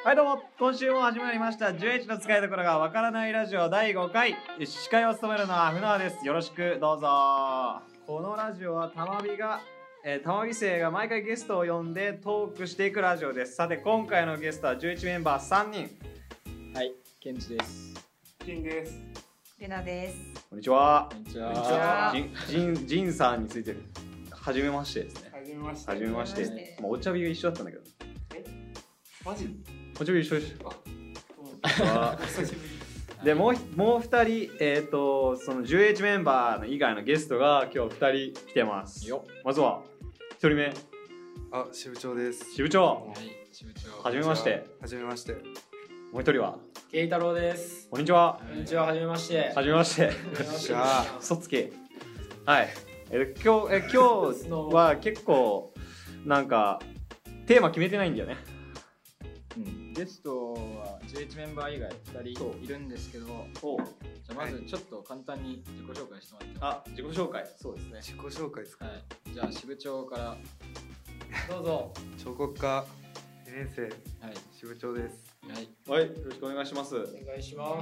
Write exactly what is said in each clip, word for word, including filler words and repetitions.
はいどうも、今週も始まりましたじゅういちの使いどころがわからないラジオだいごかい。司会を務めるのは船輪です。よろしくどうぞ。このラジオはたまびが、えー、たまび生が毎回ゲストを呼んでトークしていくラジオです。さて今回のゲストはじゅういちメンバーさんにん。 はい、ケンチです。 ジンです。 レナです。 こんにちは。 こんにちは。 ジン、ジン、ジンさんについてる。はじめましてですね。 はじめまして。 はじめまして。まあ、お茶日が一緒だったんだけど。 え、マジ？ お茶日一緒でしょ。 あ、久しぶり。 でもうもうふたり、えっ、ー、とそのじゅういちメンバーの以外のゲストが今日ふたり来てます。よ。まずはひとりめ。 あ、支部長です。 支部長。 はい、支部長。 はじめまして。 はじめまして。 もう一人は。 ケイタロウです。 こんにちは。 こんにちは。はじめまして。 はじめまして。 じゃあ、 そつけ。はい。え今日え今日は結構なんかテーマ決めてないんだよね。 うん、ゲストはじゅういちメンバー以外ふたりいるんですけど、じゃあまずちょっと簡単に自己紹介してもらって。 あ、自己紹介。そうですね。 自己紹介ですか。 はい。じゃあ支部長からどうぞ。 彫刻科にねん生、はい、支部長です。 はい。 はい、よろしくお願いします。お願いします。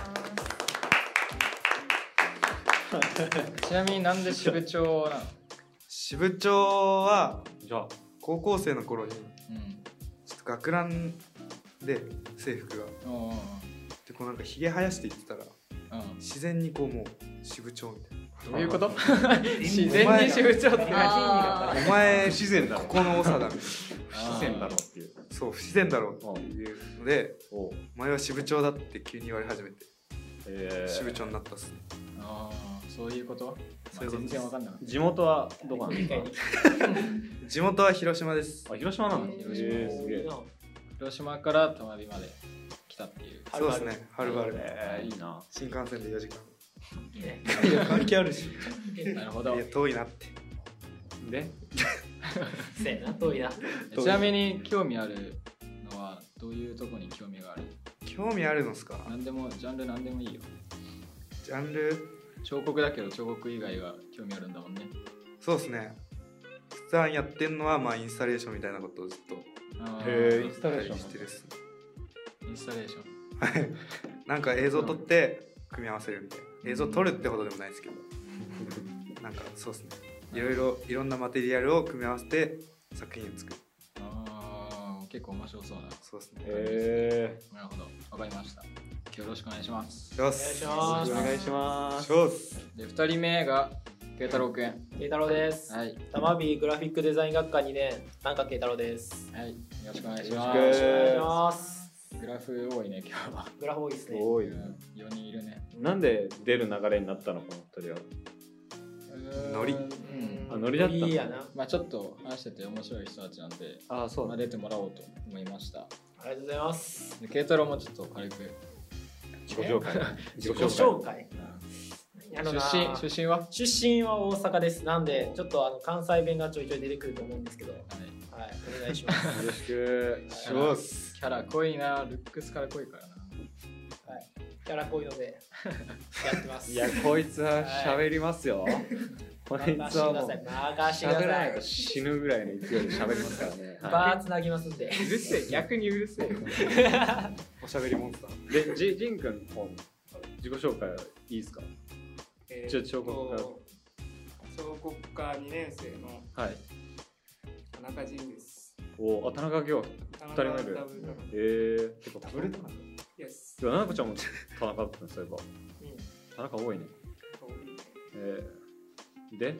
ちなみになんで支部長なの？ 支部長はじゃあ高校生の頃に、 うん、 ちょっと学ランで制服が、 うんうんうん、 でこうなんかひげ生やしていってたら、 うん、 自然にこうもう支部長みたいな。 どういうこと？自然に支部長ってお前不自然だろ。 ここの長だみたいな。 不自然だろっていう。 そう不自然だろっていうので、お前は支部長だって急に言われ始めて、えー、支部長になったっすね。 ああ、そういうこと？まあ、全然わかんない。 地元はどこなんですか？ 地元は広島です。 あ、広島なの？ 広島。えー、すげえ。広島からたまびまで来たっていう。 そうですね。はるばる。 えー、いいな。 新幹線でよじかん。 いや関係あるし。 なるほど。 いや遠いなって。 で？ せやな、遠いな。 ちなみに興味あるのはどういうところに興味がある？ 興味あるのっすか？ 何でもジャンル何でもいいよ。 ジャンル？ 彫刻だけど彫刻以外が興味あるんだもんね。 そうですね。普段やってんのはまあインスタレーションみたいなことをずっと。 へえ、インスタレーションしてるっす。 インスタレーション。 はい。なんか映像撮って組み合わせるみたいな。映像撮るってほどでもないですけど。なんかそうですね。いろいろいろんなマテリアルを組み合わせて作品を作る。 ああ、結構面白そうな。 そうですね。 へえ。 なるほど、わかりました。よろしくお願いします。 よろしくお願いします。 で、二人目が慶太郎くん。 慶太郎です。 はい。 たまびグラフィックデザイン学科にねん、なんか慶太郎です。 はい。よろしくお願いします。 よろしくお願いします。 グラフ多いね今日は。 グラフ多いですね。 多い。 よにんいるね。 なんで出る流れになったのこのふたりは？ ノリ。 あ、ノリだったの。 いいやな。 まあちょっと話してて面白い人たちなんで、 あ、そう。 まあ出てもらおうと思いました。 ありがとうございます。 で、慶太郎もちょっと軽く自己紹介。 自己紹介。 出身出身は？ 出身は大阪です。なんでちょっとあの関西弁がちょいちょい出てくると思うんですけど、はい、はい、お願いします。 よろしくします。 キャラ濃いな、ルックスから濃いからな。 はい、キャラ濃いのでやってます。 いや、こいつは喋りますよ。こいつはもう喋らないと死ぬぐらいの勢いで喋りますからね。 バーつなぎますんで。 うるせえ、逆にうるせえ。 おしゃべりモンスター。 で、ジジン君の自己紹介いいですか？ えー、 じゃあ彫刻家。 彫刻科にねん生の田中仁です。 おお、田中今日ふたりめで。えー、結構ダブル田中。 イエス。 いや、ななこちゃんも田中だったね、そういえば。田中多いね。えー、で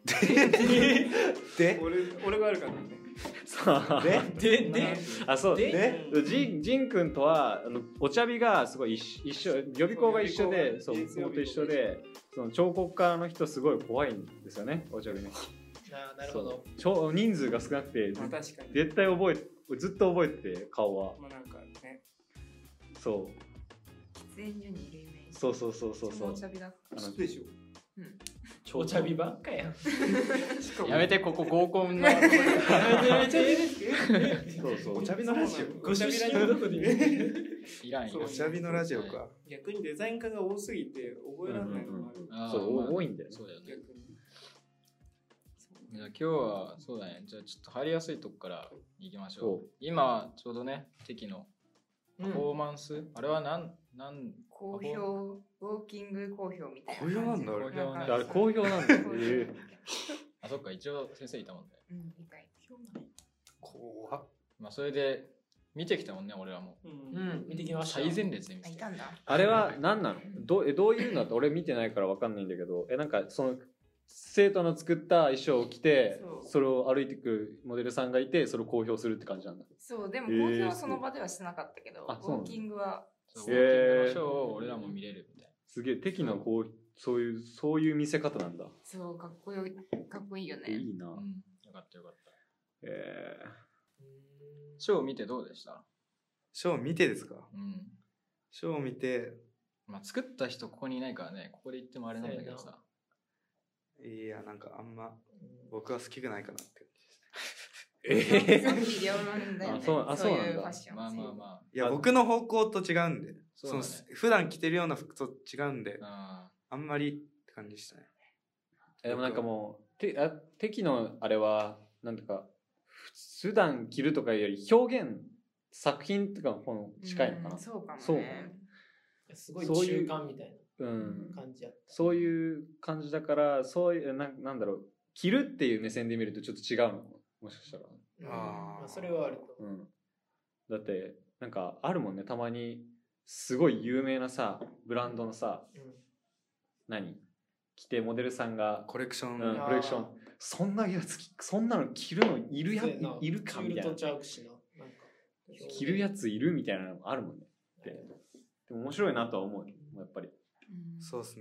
で俺俺があるからね。 ででであ、そうでジンジン君とはあのお茶日がすごい一緒、予備校が一緒で、そう僕と一緒で、その彫刻家の人すごい怖いんですよね、お茶日ね。 あ、なるほど。 超人数が少なくて、 まあ、確かに絶対覚えずっと覚えてて顔は。 まあなんかね。 そう。 喫煙所にいるイメージ。 そうそうそうそうそう。 お茶日だ。 あのでしょ。 うん。 お茶日ばっかやん。 やめて、ここ合コンの。やめてやめて。 そうそう。 お茶日のラジオ。 ご出身はどこでいらんよ。 お茶日のラジオか。 逆にデザイン科が多すぎて覚えられないのもある。 そう、多いんだよ。 そうだよね。 じゃあ今日はそうだね。じゃあちょっと入りやすいとこからいきましょう。今ちょうどね、敵のパフォーマンス、うん、あれはなんなん好評、ウォーキング好評みたいな。 好評なんだ。 好評ね。 あれ好評なんだ。 あ、そっか、一応先生いたもんね。 うん、いたいた。 怖っ。 まあそれで見てきたもんね、俺らも。 うん、見てきました。 最前列で見てきた。 あれは何なの？どうどういうのだって俺見てないからわかんないんだけど、えなんかその生徒の作った衣装を着て そ, それを歩いてくるモデルさんがいてそれを公表するって感じなんだ。 そうでも公表はその場ではしなかったけど、えー、ウォーキングはウォーキングのショーを俺らも見れるみたいな。 すげえ敵のこうそういうそういう見せ方なんだ。 そうかっこよかっこいいよね。 いいな。うん、 よかったよかった。 えー、ショーを見てどうでした？ ショーを見てですか？ うん。 ショーを見て、 まあ作った人ここにいないからね、ここで言ってもあれなんだけどさ。 いや、なんかあんま僕は好きくないかなって感じ。 ええ。賛否両論だよね。あ、そう、あ、そうなんだ。 まあまあまあ。 いや、僕の方向と違うんで、 そうだね、 その普段着てるような服と違うんで、 あ, あんまりって感じでしたね。 でもなんかもう、てあ敵のあれは、なんとか、普段着るとかより表現、作品とかの方の近いのかな。 うん、そうかもね。 そうすごい中間みたいな。うん、感じやった。 そういう感じだからそういう な, なんだろう着るっていう目線で見るとちょっと違うのもしかしたら、 うん、ああそれはあると、 うん、だってなんかあるもんねたまにすごい有名なさブランドのさ、うん、何着てモデルさんがコレクション、 うん、コレクションそんなやつそんなの着るのいるやいるかみたいな着るやついるみたいなのあるもんねで, でも面白いなとは思うやっぱりうん、そうですね。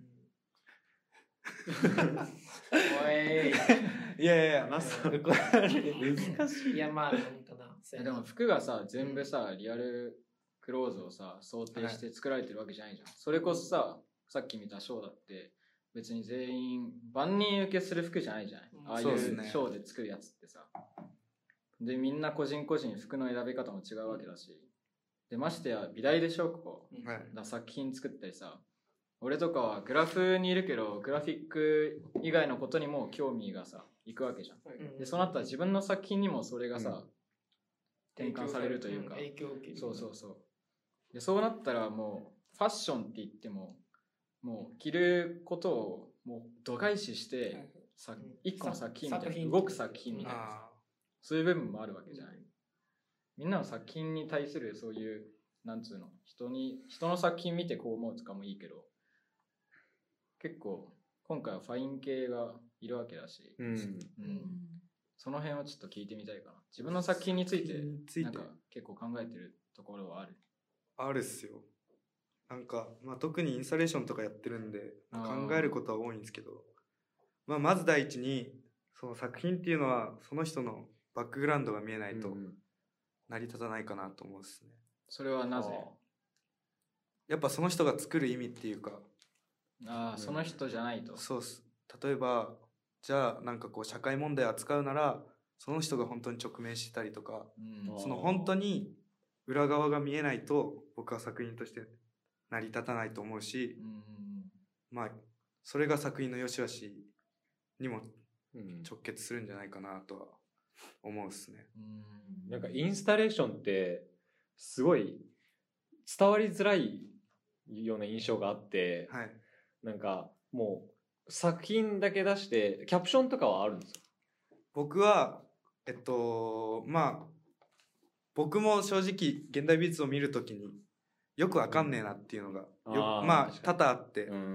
おい。 いやいやいや、 難しい。 いやまあなんかな。 でも服がさ全部さリアルクローズをさ想定して作られてるわけじゃないじゃん。はい、それこそささっき見たショーだって別に全員万人受けする服じゃないじゃない。うん、ああいうショーで作るやつってさ。でみんな個人個人服の選び方も違うわけだし。でましてや美大でしょここ。はい、だ作品作ったりさ。俺とかはグラフにいるけどグラフィック以外のことにも興味がさ行くわけじゃん、うん、でそうなったら自分の作品にもそれがさ、うん、転換されるというか、 影響を受けるそうそうそうでそうなったらもうファッションって言ってももう着ることをもう度外視して、うん、さ一個の作品みたいな動く作品みたいなそういう部分もあるわけじゃない、うん、みんなの作品に対するそういうなんつうの人に人の作品見てこう思うとかもいいけど結構今回はファイン系がいるわけだし、うんうん、その辺をちょっと聞いてみたいかな。自分の作品についてなんか結構考えてるところはある？ あるっすよ。なんか、まあ、特にインスタレーションとかやってるんで考えることは多いんですけど、まあ、まず第一にその作品っていうのはその人のバックグラウンドが見えないと成り立たないかなと思うんですね。 それはなぜ？ やっぱその人が作る意味っていうかああ、その人じゃないと。 そうっす。例えばじゃあなんかこう社会問題を扱うならその人が本当に直面してたりとか、うん、その本当に裏側が見えないと僕は作品として成り立たないと思うし、うん、まあそれが作品の良し悪しにも直結するんじゃないかなとは思うっすね、 うん、なんかインスタレーションってすごい伝わりづらいような印象があって、はい、なんかもう作品だけ出してキャプションとかはあるんですよ。 僕はえっとまあ僕も正直現代美術を見るときによくわかんねえなっていうのがよあまあ多々あって、うんうんうん、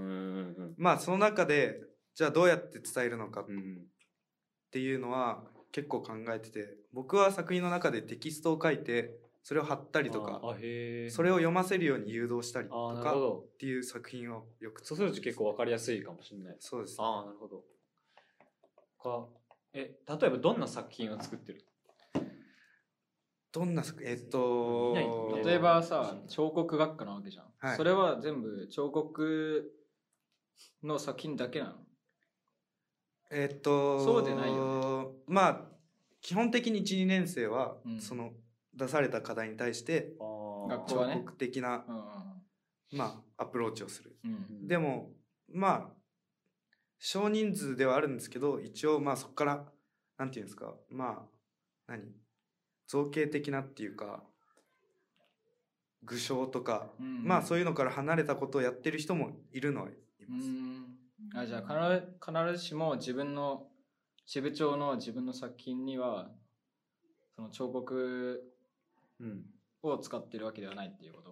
まあその中でじゃあどうやって伝えるのかっていうのは結構考えてて、僕は作品の中でテキストを書いてそれを貼ったりとかそれを読ませるように誘導したりとかっていう作品をよくそうすると結構わかりやすいかもしれない。 そうです、ね、 ああなるほどかえ例えばどんな作品を作ってる？ どんな作品えっと例えばさ彫刻学科なわけじゃん、はい、それは全部彫刻の作品だけなの？ えっとそうでないよね。 まあ基本的に いちにねん生は、うん、その出された課題に対して彫刻的な、まあ、アプローチをする、うん、でもまあ少人数ではあるんですけど、一応まあそこからなんていうんですか、まあ何造形的なっていうか具象とか、うん、まあそういうのから離れたことをやってる人もいるのはいます。うん、 あ、じゃあ必ず必ずしも自分の支部長の自分の作品にはその彫刻を使ってるわけではないっていうこと？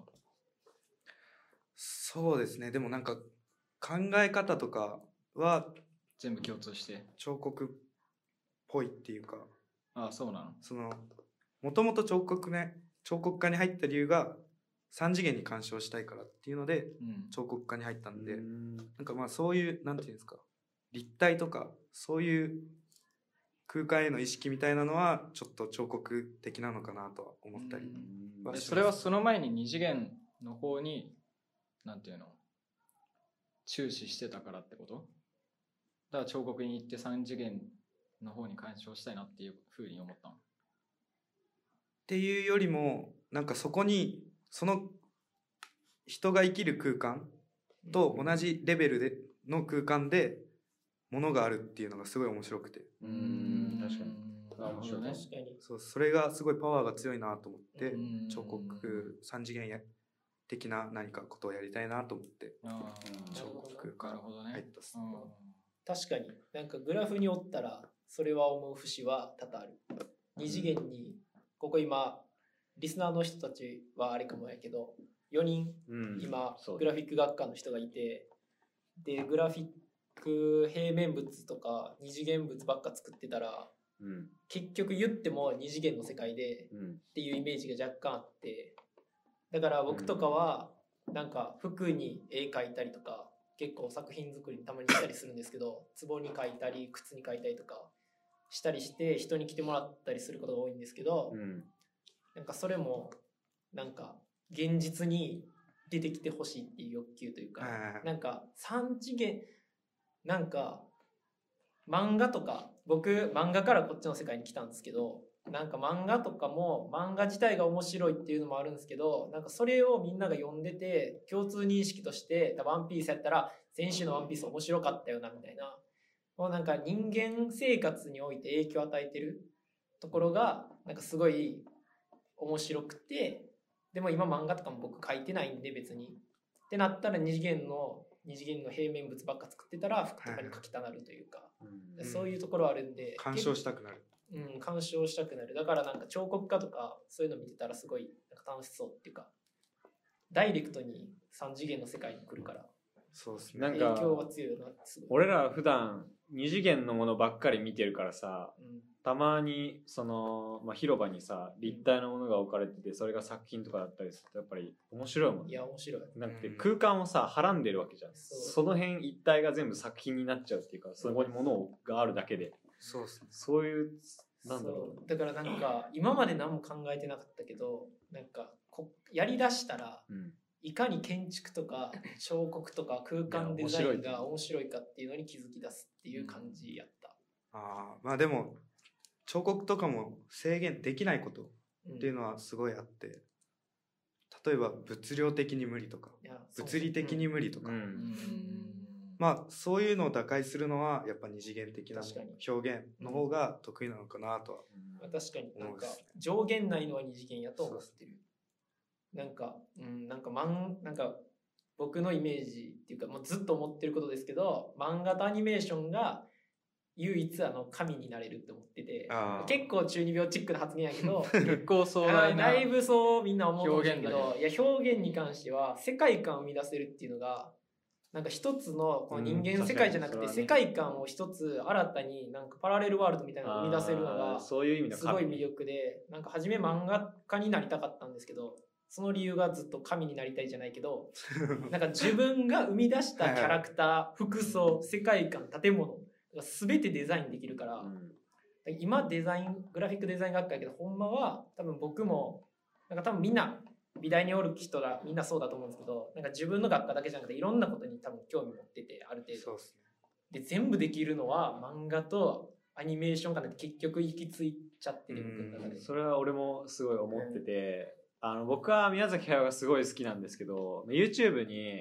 そうですね。でもなんか考え方とかは全部共通して彫刻っぽいっていうか。 ああ、そうなの？ そのもともと彫刻ね彫刻科に入った理由がさん次元に鑑賞したいからっていうので、うん、彫刻科に入ったんで、んなんかまあそういうなんていうんですか立体とかそういう空間への意識みたいなのはちょっと彫刻的なのかなとは思ったりはします。 それはその前にに次元の方になんていうの注視してたからってこと？だから彫刻に行ってさん次元の方に鑑賞したいなっていうふうに思ったの？ っていうよりもなんかそこにその人が生きる空間と同じレベルでの空間でものがあるっていうのがすごい面白くて。 うーん、確かに。 あ、面白いね。 そう、それがすごいパワーが強いなと思って彫刻さん次元的な何かことをやりたいなと思って彫刻から入ったっす。 確かになんかグラフに折ったらそれは思う節は多々ある。に次元にここ今リスナーの人たちはあれかもやけどよにん今グラフィック学科の人がいて、でグラフィック平面物とか二次元物ばっか作ってたら、うん、結局言っても二次元の世界で、うん、っていうイメージが若干あって、だから僕とかはなんか服に絵描いたりとか結構作品作りにたまにしたりするんですけど壺に描いたり靴に描いたりとかしたりして人に来てもらったりすることが多いんですけど、うん、なんかそれもなんか現実に出てきてほしいっていう欲求というか、なんかさん次元なんか漫画とか僕漫画からこっちの世界に来たんですけど、なんか漫画とかも漫画自体が面白いっていうのもあるんですけど、なんかそれをみんなが読んでて共通認識としてワンピースやったら先週のワンピース面白かったよなみたいな、もうなんか人間生活において影響を与えてるところがなんかすごい面白くて、でも今漫画とかも僕書いてないんで別にってなったら二次元の二次元の平面物ばっか作ってたら服とかに描きたなるというか、はい、そういうところあるんで鑑賞したくなる。 うん、鑑賞したくなる。だからなんか彫刻家とかそういうの見てたらすごいなんか楽しそうっていうか、ダイレクトにさん次元の世界に来るから、 そうですね。 なんか影響は強いなってすごい。 俺ら普段に次元のものばっかり見てるからさ、うん、たまにその、まあ、広場にさ立体のものが置かれててそれが作品とかだったりするとやっぱり面白いもんね。 いや面白い。 なんか空間をさはらんでるわけじゃん。そ, その辺一体が全部作品になっちゃうっていうか、そこに物があるだけで。 そうですね。 そういうなんだろう。だからなんか今まで何も考えてなかったけど、なんかこやりだしたら、うん、いかに建築とか彫刻とか空間デザインが面白いかっていうのに気づき出すっていう感じやった。 うん、ああ、まあでも彫刻とかも制限できないことっていうのはすごいあって、うん、例えば物量的に無理とか物理的に無理とか、うんうん、まあそういうのを打開するのはやっぱ二次元的な表現の方が得意なのかなとは、 うん、確かになんか上限ないのは二次元やと思ってる。なんか、うん、なんか漫なんか僕のイメージっていうかもうずっと思ってることですけど、漫画とアニメーションが唯一あの神になれるって思ってて、結構中二病チックな発言やけど結構壮大なだいぶそうみんな思うかもしれんけど、いや表現に関しては世界観を生み出せるっていうのがなんか一つのこの人間の世界じゃなくて世界観を一つ新たになんかパラレルワールドみたいなのを生み出せるのがすごい魅力で、なんか初め漫画家になりたかったんですけど、その理由がずっと神になりたいじゃないけどなんか自分が生み出したキャラクター服装世界観建物全てデザインできるから、うん、今デザイングラフィックデザイン学科やけどほんまは多分僕もなんか多分みんな美大におる人がみんなそうだと思うんですけど、なんか自分の学科だけじゃなくていろんなことに多分興味持っててある程度そうですね。で全部できるのは漫画とアニメーションかなって結局行き着いちゃってる僕の中で。 それは俺もすごい思ってて、うん、あの僕は宮崎駿がすごい好きなんですけど YouTube に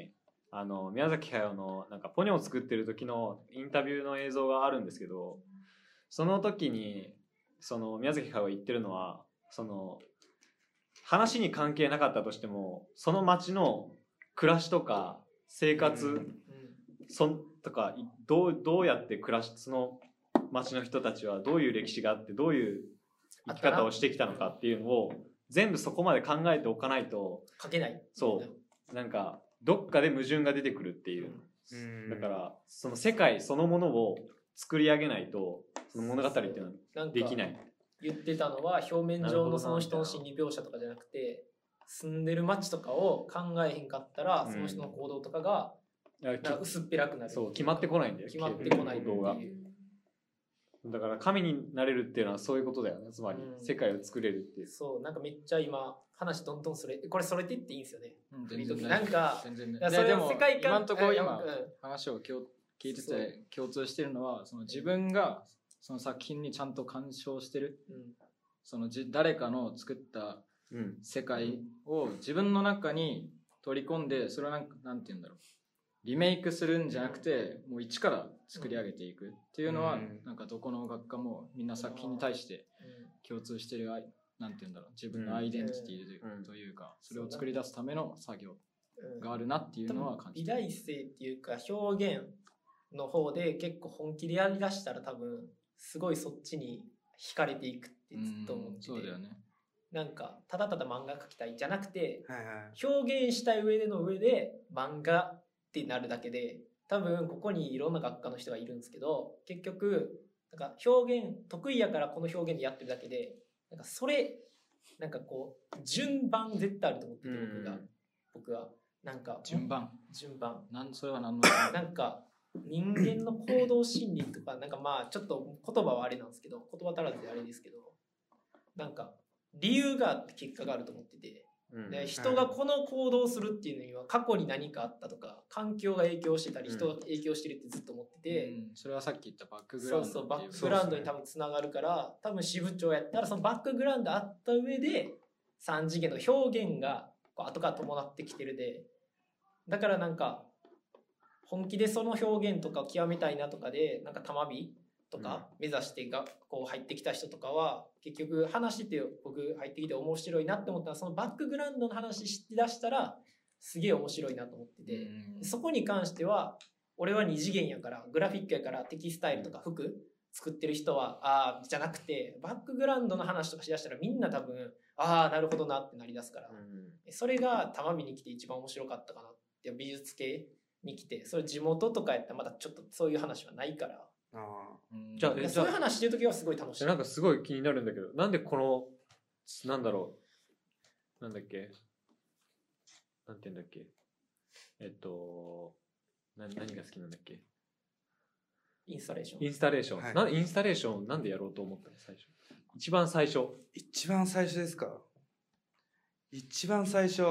あの宮崎駿のなんかポニョを作ってる時のインタビューの映像があるんですけど、その時にその宮崎駿が言ってるのは、その話に関係なかったとしてもその町の暮らしとか生活、うん、そんとかどうどうやって暮らし、その町の人たちはどういう歴史があってどういう生き方をしてきたのかっていうのを全部そこまで考えておかないと書けない。 そうなんかどっかで矛盾が出てくるっていう、うん、だからその世界そのものを作り上げないとその物語っていうのはできない。 言ってたのは表面上のその人の心理描写とかじゃなくて、住んでる街とかを考えへんかったら、うん、その人の行動とかがなんか薄っぺらくなる。 そう決まってこないんだよ。 決まってこないっていう。 だから神になれるっていうのはそういうことだよね。つまり世界を作れるっていう。 そうなんかめっちゃ今話どんどんそれこれそれって言っていいんですよね。 うん、全然なんか全然ね。 それでも世界観今のところ今話を聞いてて共通してるのは、その自分がその作品にちゃんと干渉してる。うん、そのじ誰かの作った世界を自分の中に取り込んで、それをなんかなんて言うんだろう。リメイクするんじゃなくてもう一から作り上げていくっていうのは、なんかどこの学科もみんな作品に対して共通してる、なんて言うんだろう、自分のアイデンティティというか、それを作り出すための作業があるなっていうのは感じてる。 美大生っていうか表現の方で結構本気でやりだしたら多分すごいそっちに惹かれていくってずっと思ってて、 そうだよね。 なんかただただ漫画描きたいじゃなくて、 はいはい、 表現したい上での上で漫画ってなるだけで、多分ここにいろんな学科の人がいるんですけど、結局なんか表現得意やからこの表現でやってるだけで、なんかそれなんかこう順番絶対あると思ってて、僕が僕はなんか順番順番なんそれは何のなんか人間の行動心理とか、なんかまあちょっと言葉はあれなんですけど、言葉足らずであれですけど、なんか理由があって結果があると思ってて、で人がこの行動をするっていうのには過去に何かあったとか環境が影響してたり人が影響してるってずっと思ってて、 うん、それはさっき言ったバックグラウンド、 そうそうバックグラウンドに多分つながるから、多分支部長やったらそのバックグラウンドあった上でさん次元の表現がこう後から伴ってきてるで、だからなんか本気でその表現とかを極めたいなとかでなんか玉美とか目指してがこう入ってきた人とかは結局話してて僕入ってきて面白いなって思ったら、そのバックグラウンドの話知って出したらすげえ面白いなと思ってて、そこに関しては俺は二次元やからグラフィックやからテキスタイルとか服作ってる人はああじゃなくて、バックグラウンドの話とかしだしたらみんな多分ああなるほどなってなりだすから、それが玉美に来て一番面白かったかなって。美術系に来てそれ地元とかやったらまだちょっとそういう話はないから、 あじゃあそういう話してるときはすごい楽しい。 なんかすごい気になるんだけど、なんでこのなんだろうなんだっけなんて言うんだっけえっとな何が好きなんだっけインスタレーションインスタレーション、はい、なインスタレーションなんでやろうと思ったの最初。一番最初一番最初ですか。一番最初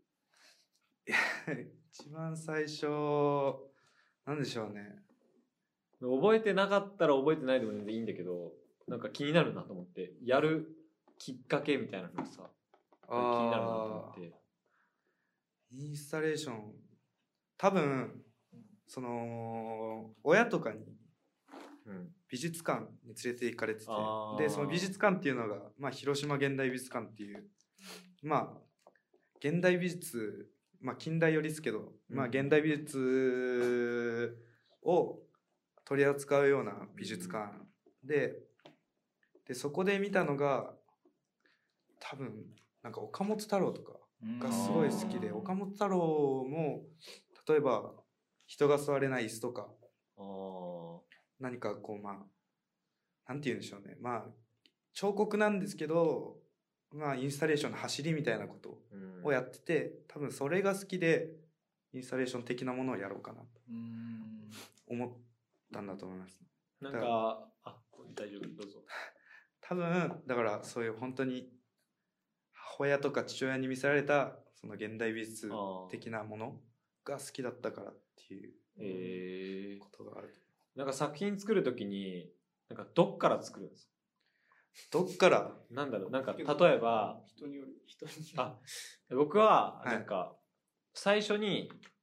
一番最初なんでしょうね。 覚えてなかったら覚えてないでも全然いいんだけど、なんか気になるなと思って、やるきっかけみたいなのがさ気になるなと思って。 インスタレーション多分その親とかに美術館に連れて行かれてて、うん、でその美術館っていうのが、まあ、広島現代美術館っていうまあ現代美術まあ近代よりですけど、まあ現代美術を取り扱うような美術館で、でそこで見たのが多分なんか岡本太郎とかがすごい好きで、岡本太郎も例えば人が座れない椅子とか何かこうまあなんて言うんでしょうね、まあ彫刻なんですけどまあインスタレーションの走りみたいなことをやってて、多分それが好きでインスタレーション的なものをやろうかなと思ったんだと思います。 なんかあ大丈夫どうぞ。 多分だからそういう本当に母親とか父親に見せられたその現代美術的なものが好きだったからっていうことがある。 えー、なんか作品作るときになんかどっから作るんですか。 どっからなんだろうなんか例えば人による人によるあ僕はなんか最初に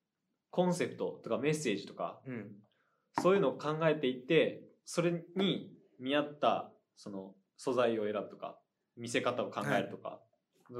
コンセプトとかメッセージとか、 うん、 そういうのを考えていってそれに見合ったその素材を選ぶとか見せ方を考えるとか、はい、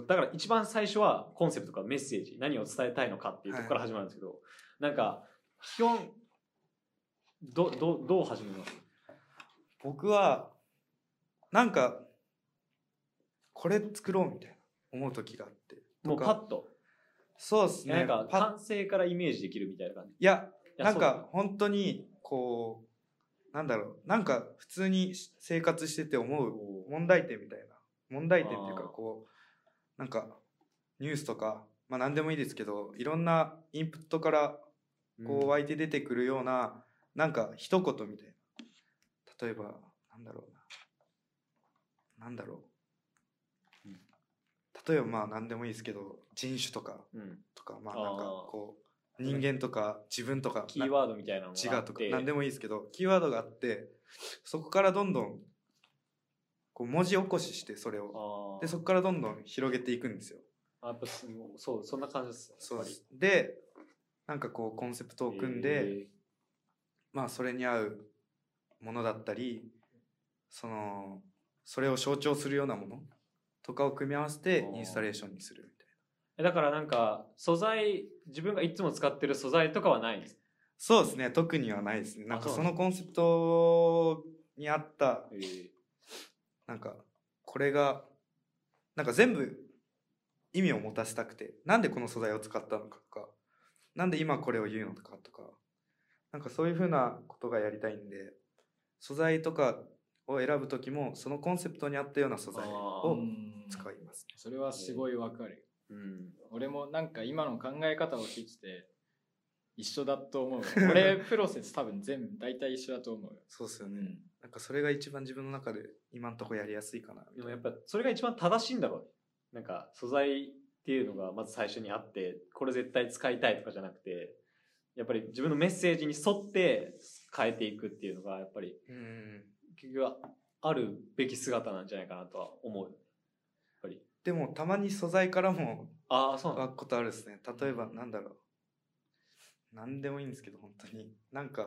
だから一番最初はコンセプトとかメッセージ何を伝えたいのかっていうところから始まるんですけど、はい、なんか基本どどどう始めます？ 僕はなんかこれ作ろうみたいな思う時があって、 もうパッとそうですね、 なんか完成からイメージできるみたいな感じ。 いやなんか本当にこうなんだろう、なんか普通に生活してて思う問題点みたいな、問題点っていうかこうなんかニュースとかまあ何でもいいですけど、いろんなインプットからこう湧いて出てくるような、うん、なんか一言みたいな、例えばなんだろうななんだろう、うん、例えばまあ何でもいいですけど人種とか、うん、とかまあなんかこう人間とか自分とかキーワードみたいなのがあって、 違うとか何でもいいですけどキーワードがあって、そこからどんどんこう文字起こししてそれをでそこからどんどん広げていくんですよ。 あやっぱそうそんな感じです。 そうです。でなんかこうコンセプトを組んで、えー、まあそれに合うものだったりそのそれを象徴するようなものとかを組み合わせてインスタレーションにするみたいな。だからなんか素材自分がいつも使ってる素材とかはないんです？ そうですね、特にはないですね。なんかそのコンセプトに合った、えー、なんかこれがなんか全部意味を持たせたくて、なんでこの素材を使ったのかとか、なんで今これを言うのかとか、なんかそういう風なことがやりたいんで、素材とかを選ぶ時もそのコンセプトに合ったような素材を使います、ね、 それはすごいわかる、うん、俺もなんか今の考え方を聞いてて一緒だと思う。俺プロセス多分全部大体一緒だと思う。 そうですよね、うん、なんかそれが一番自分の中で今のところやりやすいかな。 でもやっぱそれが一番正しいんだろうね。なんか素材っていうのがまず最初にあってこれ絶対使いたいとかじゃなくて、やっぱり自分のメッセージに沿って変えていくっていうのがやっぱり結局はあるべき姿なんじゃないかなとは思う。やっぱりでもたまに素材からもああそうな湧くことあるですね。例えばなんだろう、なんでもいいんですけど本当になんか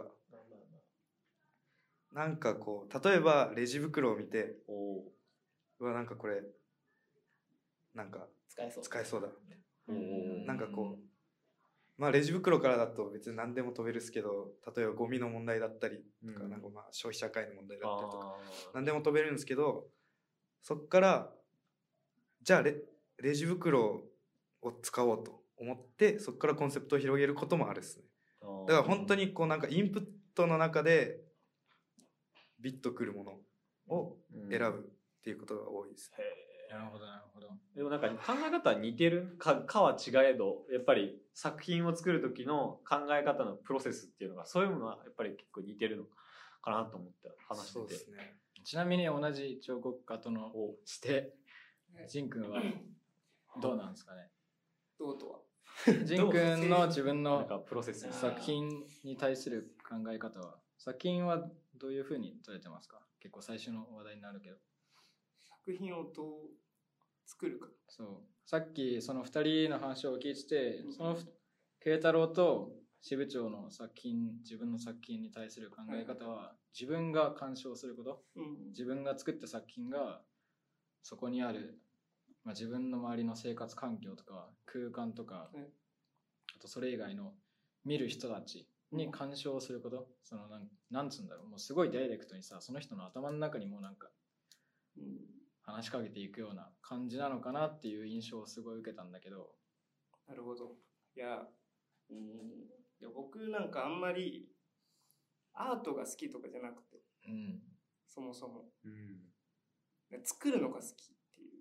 なんかこう例えばレジ袋を見てうわなんかこれなんか使えそう使えそうだみたいな、なんかこうまあレジ袋からだと別に何でも飛べるっすけど、例えばゴミの問題だったりとか、うん、なんかまあ消費者会の問題だったりとか何でも飛べるんですけど、そっからじゃあ レ, レジ袋を使おうと思ってそっからコンセプトを広げることもあるっすね。だから本当にこうなんかインプットの中でビッとくるものを選ぶっていうことが多いです、ね。 なるほどなるほど。 でもなんか考え方は似てるかかは違えど、やっぱり作品を作る時の考え方のプロセスっていうのがそういうものはやっぱり結構似てるのかなと思って話してて。そうですね。 ちなみに同じ彫刻家とのしてジン君はどうなんですかね。 どうとは。 ジン君の自分のプロセス作品に対する考え方は、作品はどういう風に捉えてますか。結構最初の話題になるけど。 作品をどう作るか。 そうさっきそのふたりの話を聞いてて、その慶太郎と支部長の作品、自分の作品に対する考え方は、自分が鑑賞すること、うん、自分が作った作品がそこにある、まあ、自分の周りの生活環境とか空間とか、うん、あとそれ以外の見る人たちに鑑賞すること、そのなん、なんつうんだろう、もうすごいダイレクトにさ、その人の頭の中にもなんか、うん話しかけていくような感じなのかなっていう印象をすごい受けたんだけど。 なるほど。いや、うん、いや僕なんかあんまりアートが好きとかじゃなくて、うん、そもそも、うん、作るのが好きっていう、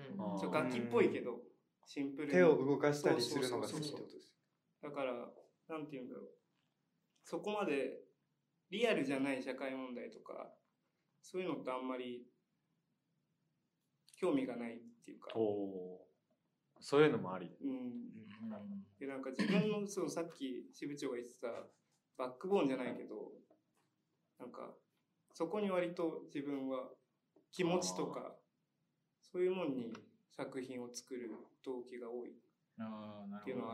うん、ちょ楽器っぽいけどシンプルに手を動かしたりするのが好きってことです。 だからなんていうんだろう、そこまでリアルじゃない社会問題とかそういうのってあんまり興味がないっていうか、 おそういうのもあり、うん、 でなんか自分のそのさっき支部長が言ってたバックボーンじゃないけど、なんかそこに割と自分は気持ちとかそういうものに作品を作る動機が多いっていうのはある。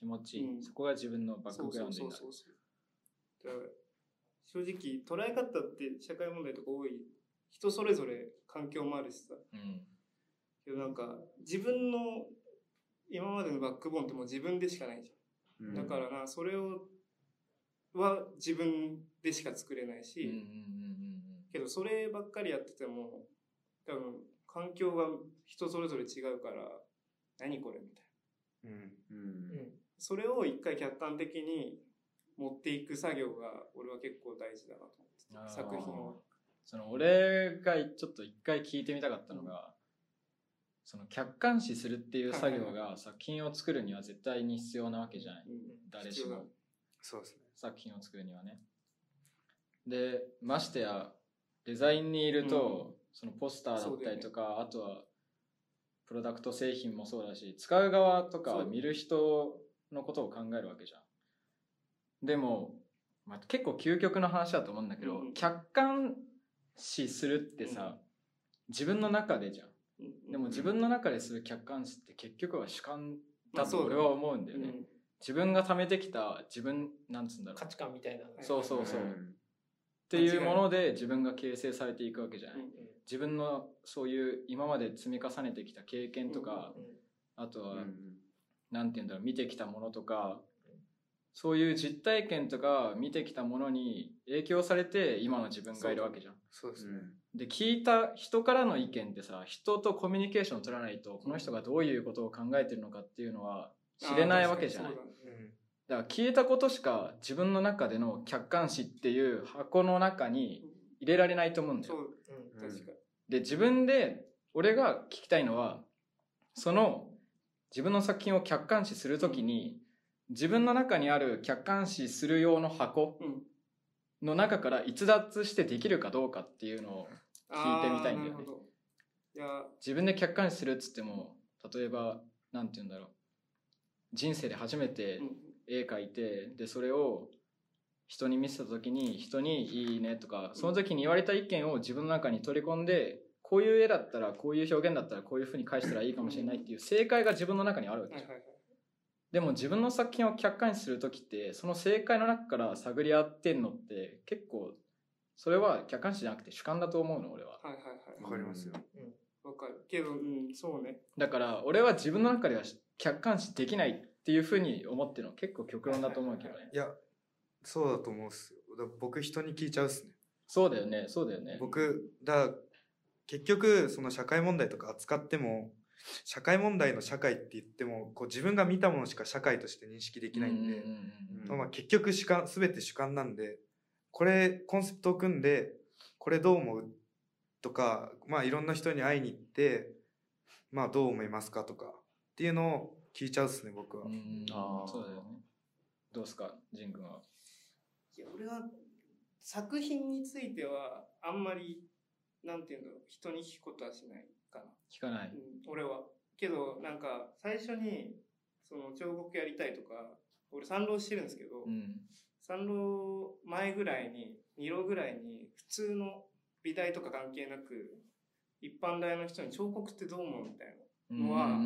気持ちいい、うん、そこが自分のバックグラウンドになる。そうそうそうそう。 だから正直捉え方って社会問題とか多い、人それぞれ環境もあるしさ、うん、けどなんか自分の今までのバックボーンってもう自分でしかないじゃん、うん、だからなそれをは自分でしか作れないし、うんうんうんうん、けどそればっかりやってても多分環境が人それぞれ違うから何これみたいな、うんうん、それを一回客観的に持っていく作業が俺は結構大事だなと思ってて、作品をその俺がちょっと一回聞いてみたかったのが、うん、その客観視するっていう作業が作品を作るには絶対に必要なわけじゃない、うん、誰しもそうですね、作品を作るにはね。でましてやデザインにいると、うん、そのポスターだったりとか、ね、あとはプロダクト製品もそうだし、使う側とか見る人のことを考えるわけじゃん。でも、まあ、結構究極の話だと思うんだけど、うん、客観視するってさ、うん、自分の中でじゃん、うん、でも自分の中でする客観視って結局は主観だと俺は思うんだよね、まあ、うん、自分が貯めてきた自分なんつうんだろう、 価値観みたいな、 そうそうそう、うん、っていうもので自分が形成されていくわけじゃない、うん、自分のそういう今まで積み重ねてきた経験とか、うん、あとは、うん、なんていうんだろう、見てきたものとか、そういう実体験とか見てきたものに影響されて今の自分がいるわけじゃん。 そうですね。 で聞いた人からの意見ってさ、人とコミュニケーションを取らないとこの人がどういうことを考えてるのかっていうのは知れないわけじゃない。だから聞いたことしか自分の中での客観視っていう箱の中に入れられないと思うんだよ。そう、うん、確かに。で自分で俺が聞きたいのは、その自分の作品を客観視するときに、自分の中にある客観視する用の箱の中から逸脱してできるかどうかっていうのを聞いてみたいんだよね。いや自分で客観視するっつっても、例えばなんて言うんだろう、人生で初めて絵描いて、でそれを人に見せた時に人にいいねとか、その時に言われた意見を自分の中に取り込んで、こういう絵だったらこういう表現だったらこういう風に返したらいいかもしれないっていう正解が自分の中にあるわけじゃん。でも自分の作品を客観視するときって、その正解の中から探り合ってんのって結構それは客観視じゃなくて主観だと思うの、俺は。 はいはいはい。 わかりますよ。 うん、わかるけど、うん、そうね。 だから俺は自分の中では客観視できないっていうふうに思ってるの結構極論だと思うけどね。 いや、そうだと思うっすよ。僕人に聞いちゃうっすね。 そうだよね、そうだよね。 僕だ結局その社会問題とか扱っても、社会問題の社会って言ってもこう自分が見たものしか社会として認識できないんで、まあ、結局主観全て主観なんで、これコンセプトを組んでこれどう思うとか、まあいろんな人に会いに行ってまあどう思いますかとかっていうのを聞いちゃうっすね、僕は。うん、 ああ、そうだよね。どうすか、ジン君は。 いや、俺は作品についてはあんまりなんていうんだろう、人に聞くことはしないかな。 聞かない、 うん、俺は。けどなんか最初にその彫刻やりたいとか、俺三浪してるんですけど、うん、三浪前ぐらいに二浪ぐらいに普通の美大とか関係なく一般大の人に彫刻ってどう思うみたいなのは、うんうんうん、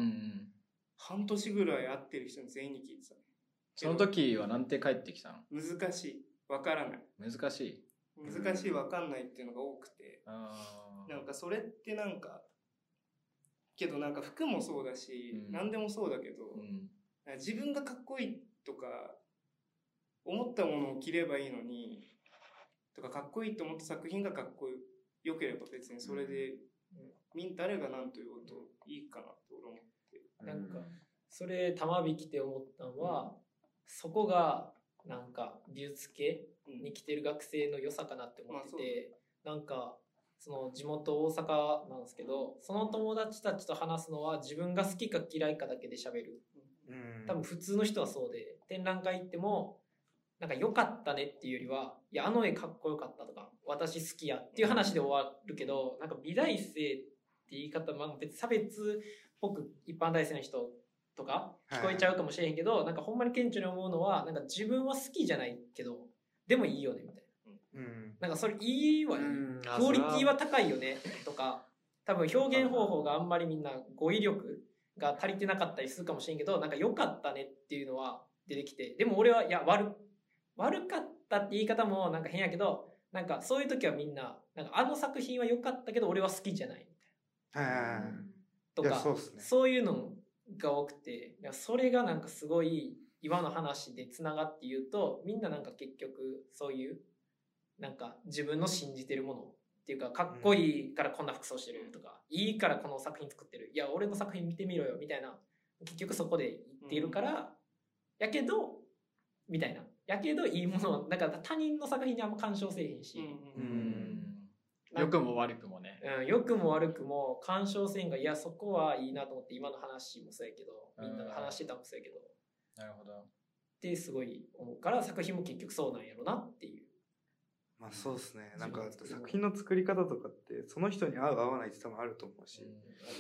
半年ぐらい会ってる人に全員に聞いてたね。 その時はなんて帰ってきたの？ 難しい、わからない、 難しい難しい、わかんないっていうのが多くて、あ、なんかそれってなんかけどなんか服もそうだし、うん、何でもそうだけど、うん、自分がかっこいいとか思ったものを着ればいいのにとか、かっこいいと思った作品がかっこよければ別にそれで、うん、誰が何と言おうといいかなと俺思って、 なんかそれ玉引きって思ったのは、うん、そこがなんか美術系に来てる学生の良さかなって思ってて、まあ、なんかその地元大阪なんですけど、その友達たちと話すのは自分が好きか嫌いかだけで喋る、うん、多分普通の人はそうで、展覧会行ってもなんか良かったねっていうよりは、いやあの絵かっこよかったとか私好きやっていう話で終わるけど、なんか美大生って言い方、まあ、別に差別っぽく一般大生の人とか聞こえちゃうかもしれへんけど、はい、なんかほんまに顕著に思うのは、なんか自分は好きじゃないけどでもいいよねみたいな、うん、なんかそれいいわね、うん、クオリティは高いよねとか、多分表現方法があんまりみんな語彙力が足りてなかったりするかもしれんけど、なんか良かったねっていうのは出てきて、でも俺はいや悪悪かったって言い方もなんか変やけど、なんかそういう時はみんななんかあの作品は良かったけど俺は好きじゃないみたいなとか、そうですね、そういうのが多くて、いやそれがなんかすごい今の話でつながって言うと、みんななんか結局そういうなんか自分の信じてるものっていうか、かっこいいからこんな服装してるとか、いいからこの作品作ってる、いや俺の作品見てみろよみたいな、結局そこで言っているから、うん、やけどみたいな、やけどいいものだから他人の作品にあんま干渉せえへんし、うんうん、良くも悪くもね、 うん、良くも悪くも干渉せんが、いやそこはいいなと思って、今の話もそうやけど、みんなが話してたもそうやけど、 なるほどってすごい思うから、作品も結局そうなんやろなっていう。 まあそうですね、なんか作品の作り方とかってその人に合う合わないって多分あると思うし、うん、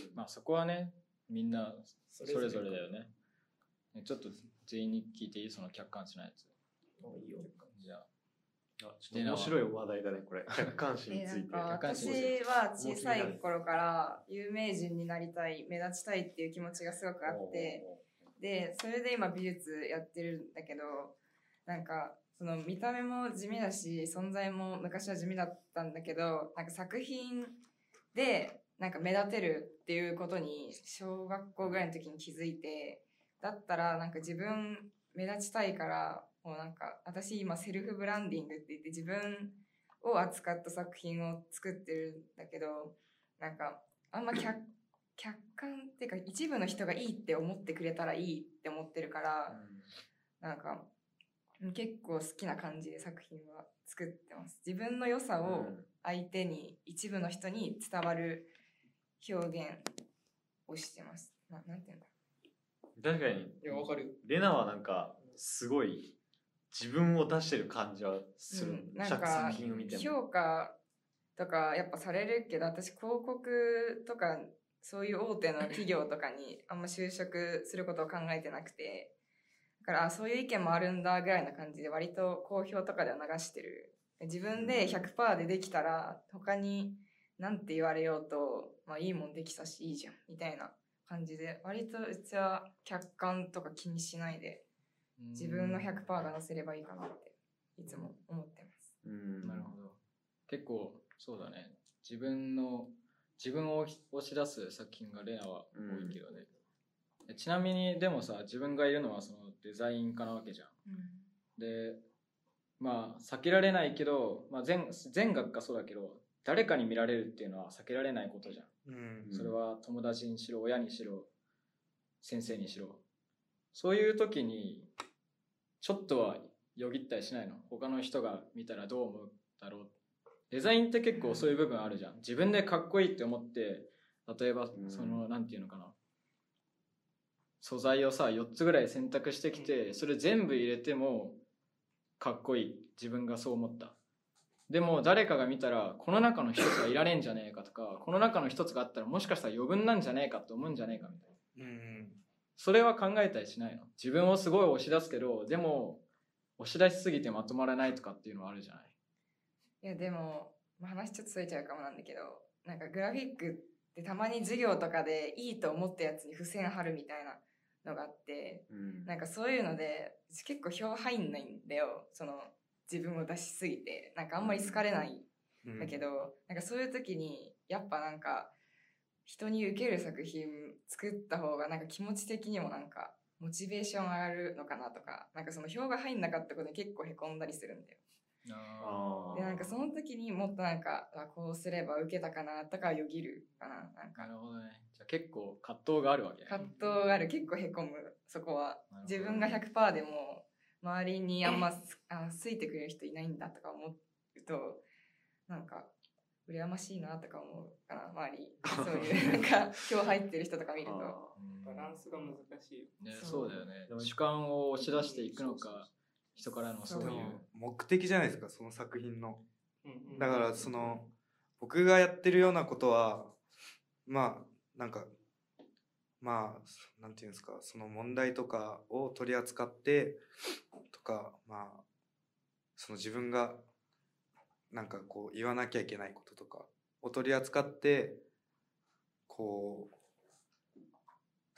まあそこはねみんなそれぞれだよね。ちょっと全員に聞いていい、その客観視のやつ。 いいよ。 じゃあちょっと面白い話題だねこれ、客観視について。 私は小さい頃から有名人になりたい、目立ちたいっていう気持ちがすごくあって、でそれで今美術やってるんだけど、なんかその見た目も地味だし存在も昔は地味だったんだけど、なんか作品でなんか目立てるっていうことに小学校ぐらいの時に気づいて、だったらなんか自分目立ちたいから、もうなんか私今セルフブランディングって言って自分を扱った作品を作ってるんだけど、なんかあんま 客, 客観っていうか一部の人がいいって思ってくれたらいいって思ってるから、うん、なんか結構好きな感じで作品は作ってます。自分の良さを相手に、一部の人に伝わる表現をしてます。な、なんていうんだ。 確かに。 いや、わかる。 レナはなんかすごい自分を出してる感じはする。 うん、なんか作品を見ても評価とかやっぱされるけど、私広告とかそういう大手の企業とかにあんま就職することを考えてなくて。だからそういう意見もあるんだぐらいな感じで割と好評とかでは流してる。自分で ひゃくパーセント でできたら他に何て言われようと、まあいいもんできたしいいじゃんみたいな感じで、割とうちは客観とか気にしないで自分の ひゃくパーセント が出せればいいかなっていつも思ってます。 うん、なるほど。結構そうだね、自分の自分を押し出す作品がレナは多いけどね、うん、ちなみにでもさ、自分がいるのはそのデザイン科なわけじゃん、うん、でまあ避けられないけど、まあ、全, 全学科そうだけど誰かに見られるっていうのは避けられないことじゃん、うん、それは友達にしろ親にしろ先生にしろ。そういう時にちょっとはよぎったりしないの？他の人が見たらどう思うだろう。デザインって結構そういう部分あるじゃん。自分でかっこいいって思って例えばそのなんていうのかな、素材をさよっつぐらい選択してきてそれ全部入れてもかっこいい、自分がそう思った。でも誰かが見たらこの中の一つはいられんじゃねえかとか、この中の一つがあったらもしかしたら余分なんじゃねえかって思うんじゃねえかみたいな、うん、それは考えたりしないの？自分をすごい押し出すけどでも押し出しすぎてまとまらないとかっていうのはあるじゃない？ いやでも、まあ、話ちょっとそれちゃうかもなんだけど、なんかグラフィックってたまに授業とかでいいと思ったやつに付箋貼るみたいなのがあって、うん、なんかそういうので結構票入んないんだよ、その自分を出しすぎて。なんかあんまり好かれないんだけど、うん、なんかそういう時にやっぱなんか人に受ける作品作った方がなんか気持ち的にもなんかモチベーション上がるのかなとか、なんかその票が入んなかったことに結構へこんだりするんだよ。あでなんかその時にもっとなんかこうすれば受けたかなとかよぎるかな。なんかなるほどね。じゃあ結構葛藤があるわけ、ね、 葛藤がある。結構へこむ。そこは自分が ひゃくパーセント でも周りにあんまあついてくれる人いないんだとか思うとなんか羨ましいなとか思うかな、周りそういうなんか今日入ってる人とか見るとバランスが難しいよね。そうだよね。主観を押し出していくのか、人からのそういう目的じゃないですか、その作品の。だからその僕がやってるようなことはまあなんかまあなんていうんですか、その問題とかを取り扱ってとか、まあその自分がなんかこう言わなきゃいけないこととかを取り扱ってこう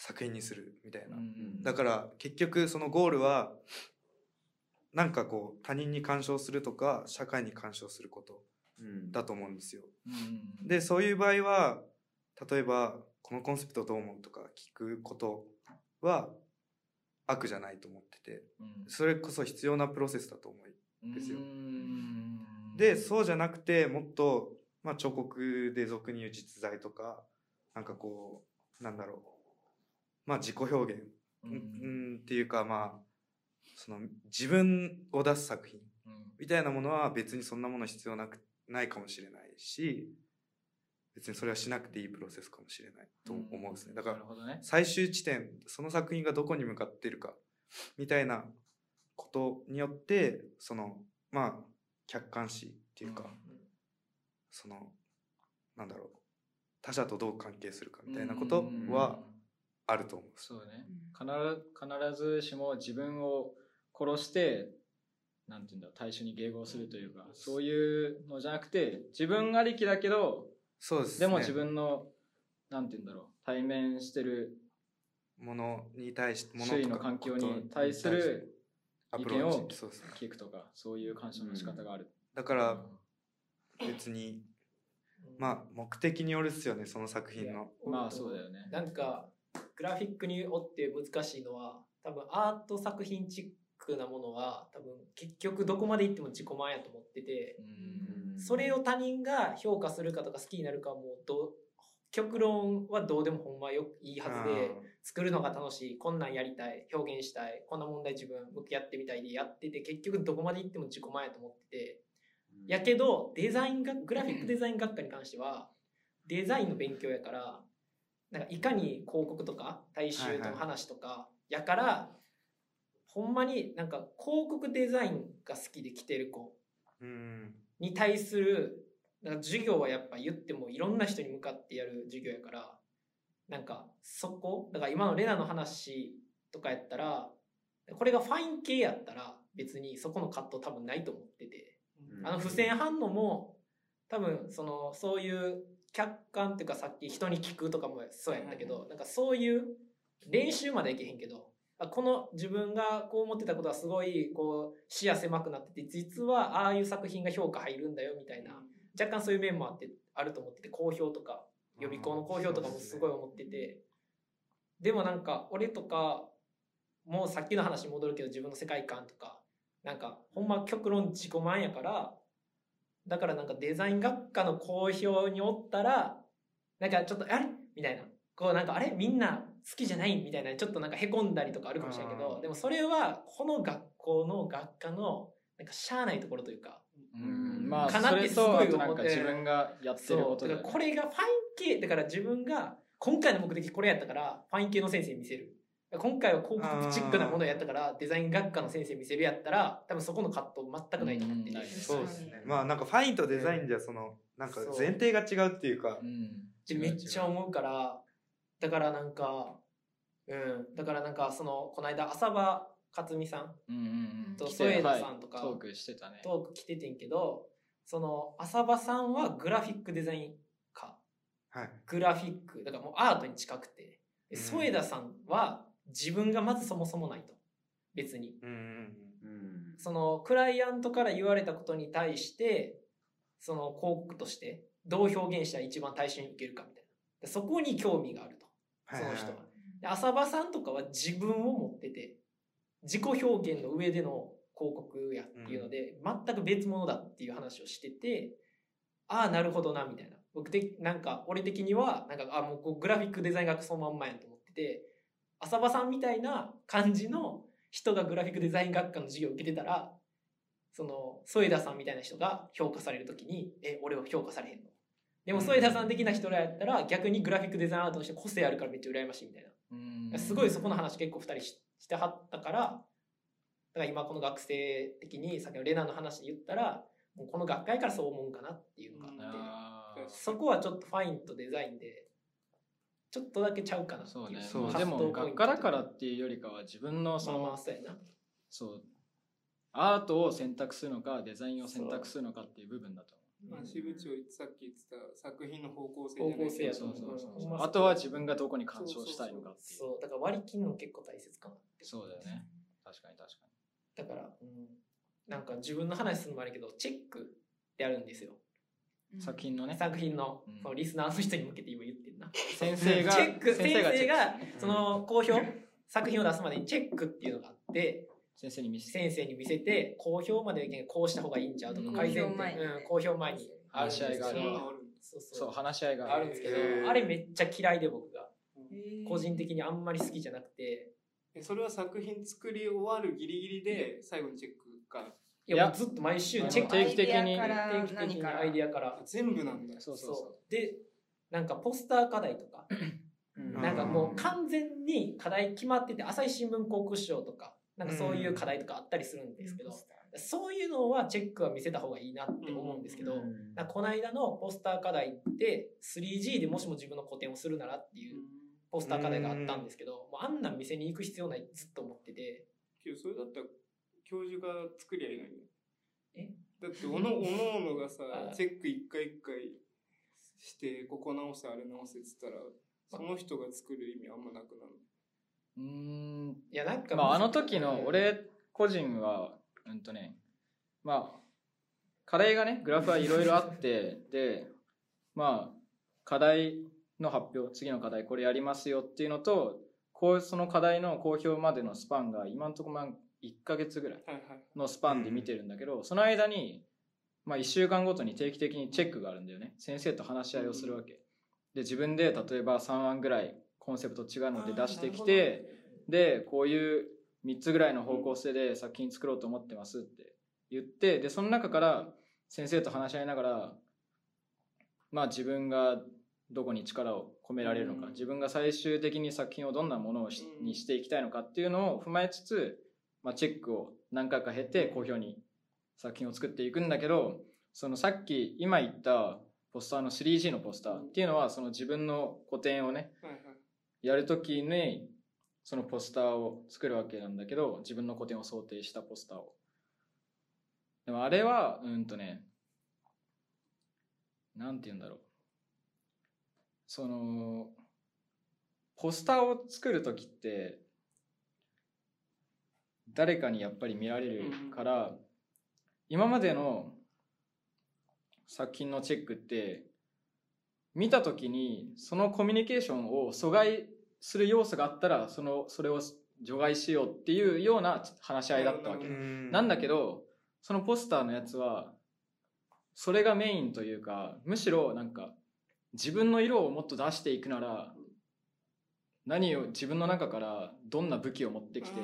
作品にするみたいな、 うん、 だから結局そのゴールはなんかこう他人に干渉するとか社会に干渉することだと思うんですよ、 うん、 でそういう場合は例えばこのコンセプトどう思うとか聞くことは悪じゃないと思ってて、うん、それこそ必要なプロセスだと思うんですよ、うん、でそうじゃなくてもっと、まあ、彫刻で俗に言う実在とかなんかこうなんだろうまあ自己表現、うん、っていうかまあその自分を出す作品みたいなものは別にそんなもの必要なくないかもしれないし別にそれはしなくていいプロセスかもしれないと思うんですね。だから最終地点その作品がどこに向かっているかみたいなことによってそのまあ客観視っていうか、うん、そのなんだろう他者とどう関係するかみたいなことはあると思う。 そうね。必ず必ずしも自分を殺してなんていうんだ対象に迎合するというかそういうのじゃなくて自分ありきだけどそうですね、 でも自分のなんていうんだろう対面してるものに対して周囲の環境に対する意見を聞くとかそういう干渉の仕方がある、うん、 だから別にまあ目的によるっすよねその作品のまあそうだよね。 なんかグラフィックによって難しいのは多分アート作品チックなものは多分結局どこまでいっても自己満やと思ってて、うんそれを他人が評価するかとか好きになるかもどう極論はどうでもほんまよいいはずで作るのが楽しいこんなんやりたい表現したいこんな問題自分向き合ってみたいでやってて結局どこまでいっても自己満やと思ってて、うん、やけどデザインがグラフィックデザイン学科に関してはデザインの勉強やからなんかいかに広告とか大衆との話とかやから、はいはい、ほんまになんか広告デザインが好きで来てる子、うんに対するなんか授業はやっぱ言ってもいろんな人に向かってやる授業やからなんかそこだから今のレナの話とかやったらこれがファイン系やったら別にそこの葛藤多分ないと思ってて、うん、あの付箋反応も多分そのそういう客観っていうかさっき人に聞くとかもそうやったけど、うん、なんかそういう練習までいけへんけどこの自分がこう思ってたことはすごいこう視野狭くなってて実はああいう作品が評価入るんだよみたいな若干そういう面もあってあると思ってて好評とか予備校の好評とかもすごい思っててでもなんか俺とかもうさっきの話に戻るけど自分の世界観とかなんかほんま極論自己満やからだからなんかデザイン学科の好評におったらなんかちょっとあれみたいなこうなんかあれみんな好きじゃないみたいなちょっとなんかへこんだりとかあるかもしれないけどでもそれはこの学校の学科のなんかしゃあないところというかうんまあかなってすごい思って自分がやってることだからこれがファイン系だから自分が今回の目的これやったからファイン系の先生に見せる今回は広告チックなものをやったからデザイン学科の先生に見せるやったら多分そこの葛藤全くないと思っててそうですねまあなんかファインとデザインじゃそのなんか前提が違うっていうかうんめっちゃ思うからだからなんかうんだからなんかそのこの間浅場克美さんと添田さんとかトークしてたねトーク来ててんけどその浅場さんはグラフィックデザイン科、はい、グラフィックだからもうアートに近くて添田さんは自分がまずそもそもないと別に、うんうん、そのクライアントから言われたことに対してその広告としてどう表現したら一番大衆に受けるかみたいなそこに興味があるとその人は、で浅場さんとかは自分を持ってて自己表現の上での広告やっていうので、うん、全く別物だっていう話をしててああなるほどなみたいな僕的なんか俺的にはなんかあもうこうグラフィックデザイン学そのまんまやんと思ってて浅場さんみたいな感じの人がグラフィックデザイン学科の授業を受けてたらその添田さんみたいな人が評価されるときにえ俺は評価されへんのでも添田さん的な人らやったら逆にグラフィックデザインアートとして個性あるからめっちゃ羨ましいみたいなうんすごいそこの話結構ふたり し, してはったからだから今この学生的にさっきのレナの話で言ったらもうこの学会からそう思うんかなっていうのがあってそこはちょっとファインとデザインでちょっとだけちゃうかなっていうそうねそうでも学科だからっていうよりかは自分のその、まあまあそうやなそうアートを選択するのかデザインを選択するのかっていう部分だとまあ、支部長さっき言ってた作品の方向性じゃない方向性やとそうそうそうそう、 うんあとは自分がどこに干渉したいのかっていう。 そうだから割り切るの結構大切かなって。 そうだよね。確かに確かだから、うん、なんか自分の話するのもあるけどチェックってあるんですよ。 に。作品のね。 作品の、 うん、 そのリスナーの人に向けて今言ってるな。 先生がチェック先生がチェックその公表、作品を出すまでにチェックっていうのがあって。 先生に見せ先生に見せて公表までこうした方がいいんちゃうとか改善点、うん、公表前に話し合いがある。 そうそうそう話し合いがあるんですけど、あれめっちゃ嫌いで僕が個人的にあんまり好きじゃなくて。 それは作品作り終わるギリギリで最後にチェックか。 いやもうずっと毎週チェック定期的に定期的にアイデアから全部なんだ。 そうそうそうでなんかポスター課題とか、うん、なんかもう完全に課題決まってて朝日新聞広告賞とかなんかそういう課題とかあったりするんですけど、うん、そういうのはチェックは見せた方がいいなって思うんですけど、うん、なんかこの間のポスター課題って スリージー でもしも自分の個展をするならっていうポスター課題があったんですけど、うん、もうあんなん店に行く必要ないずっと思ってて。 けどそれだったら教授が作りゃいいのに。 えだっておのおのおのがさチェック一回一回してここ直せあれ直せっつったらその人が作る意味あんまなくなる。 うーんいやなんかまああの時の俺個人はうんとねまあ課題がねグラフはいろいろあってでまあ課題の発表次の課題これやりますよっていうのとこうその課題の公表までのスパンが今のところまあいっかげつぐらいのスパンで見てるんだけど、その間にまあいっしゅうかんごとに定期的にチェックがあるんだよね。先生と話し合いをするわけで自分で例えばさんあんぐらいコンセプト違うので出してきてでこういうみっつぐらいの方向性で作品作ろうと思ってますって言ってでその中から先生と話し合いながらまあ自分がどこに力を込められるのか自分が最終的に作品をどんなものをしにしていきたいのかっていうのを踏まえつつ、まあ、チェックを何回か経て公表に作品を作っていくんだけどそのさっき今言ったポスターの スリージー のポスターっていうのはその自分の個展をねやるときにそのポスターを作るわけなんだけど自分の個展を想定したポスターをでもあれはうんとねなんて言うんだろうそのポスターを作るときって誰かにやっぱり見られるから今までの作品のチェックって見たときにそのコミュニケーションを阻害する要素があったらそのそれを除外しようっていうような話し合いだったわけなんだけどそのポスターのやつはそれがメインというかむしろなんか自分の色をもっと出していくなら何を自分の中からどんな武器を持ってきて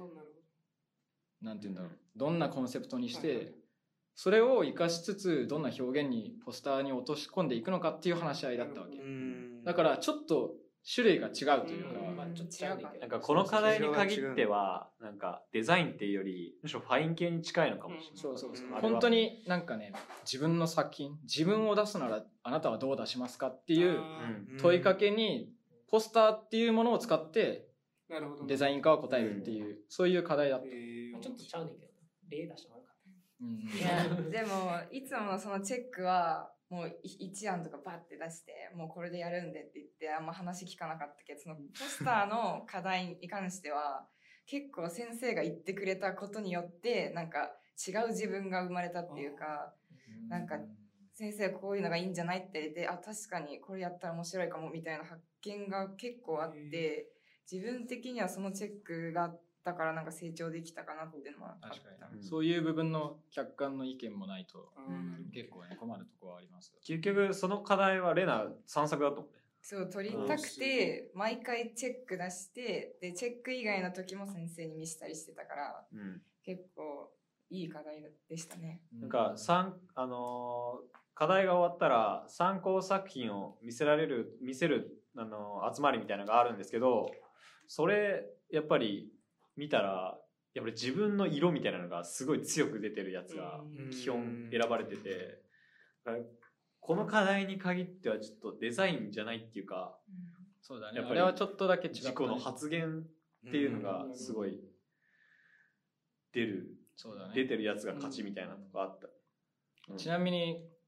なんて言うんだろうどんなコンセプトにしてそれを生かしつつどんな表現にポスターに落とし込んでいくのかっていう話し合いだったわけだからちょっと種類が違うというか、 まあ、ちょっと違うかなんかこの課題に限ってはなんかデザインっていうよりむしろファイン系に近いのかもしれない、 うん、そうそうそう本当になんかね自分の作品自分を出すならあなたはどう出しますかっていう問いかけにポスターっていうものを使ってデザイン化を答えるっていう、うん、そういう課題だった、 えー、ちょっとちゃうねんけど例出してもらうかった、 うん、いやでもいつものそのチェックはもう一案とかバッて出してもうこれでやるんでって言ってあんま話聞かなかったけどそのポスターの課題に関しては結構先生が言ってくれたことによってなんか違う自分が生まれたっていうかなんか先生こういうのがいいんじゃないって言ってあ確かにこれやったら面白いかもみたいな発見が結構あって自分的にはそのチェックがあったからなんか成長できたかなっていうのはあった。 確かに、うん、そういう部分の客観の意見もないと、うん、結構ね困るところはあります。 結局その課題はレナ散策だと思うね。 そう取りたくて毎回チェック出してでチェック以外の時も先生に見せたりしてたから、うん、結構いい課題でしたね。 なんか三あのー、課題が終わったら参考作品を見せられる見せるあのー、集まりみたいなのがあるんですけどそれやっぱり見たらやっぱり自分の色みたいなのがすごい強く出てるやつが基本選ばれててこの課題に限ってはちょっとデザインじゃないっていうか、 うん、そうだねやっぱりあれはちょっとだけ違う自己の発言っていうのがすごい出る、 そうだね、 出てるやつが勝ちみたいなのがあった、 うん、ちなみに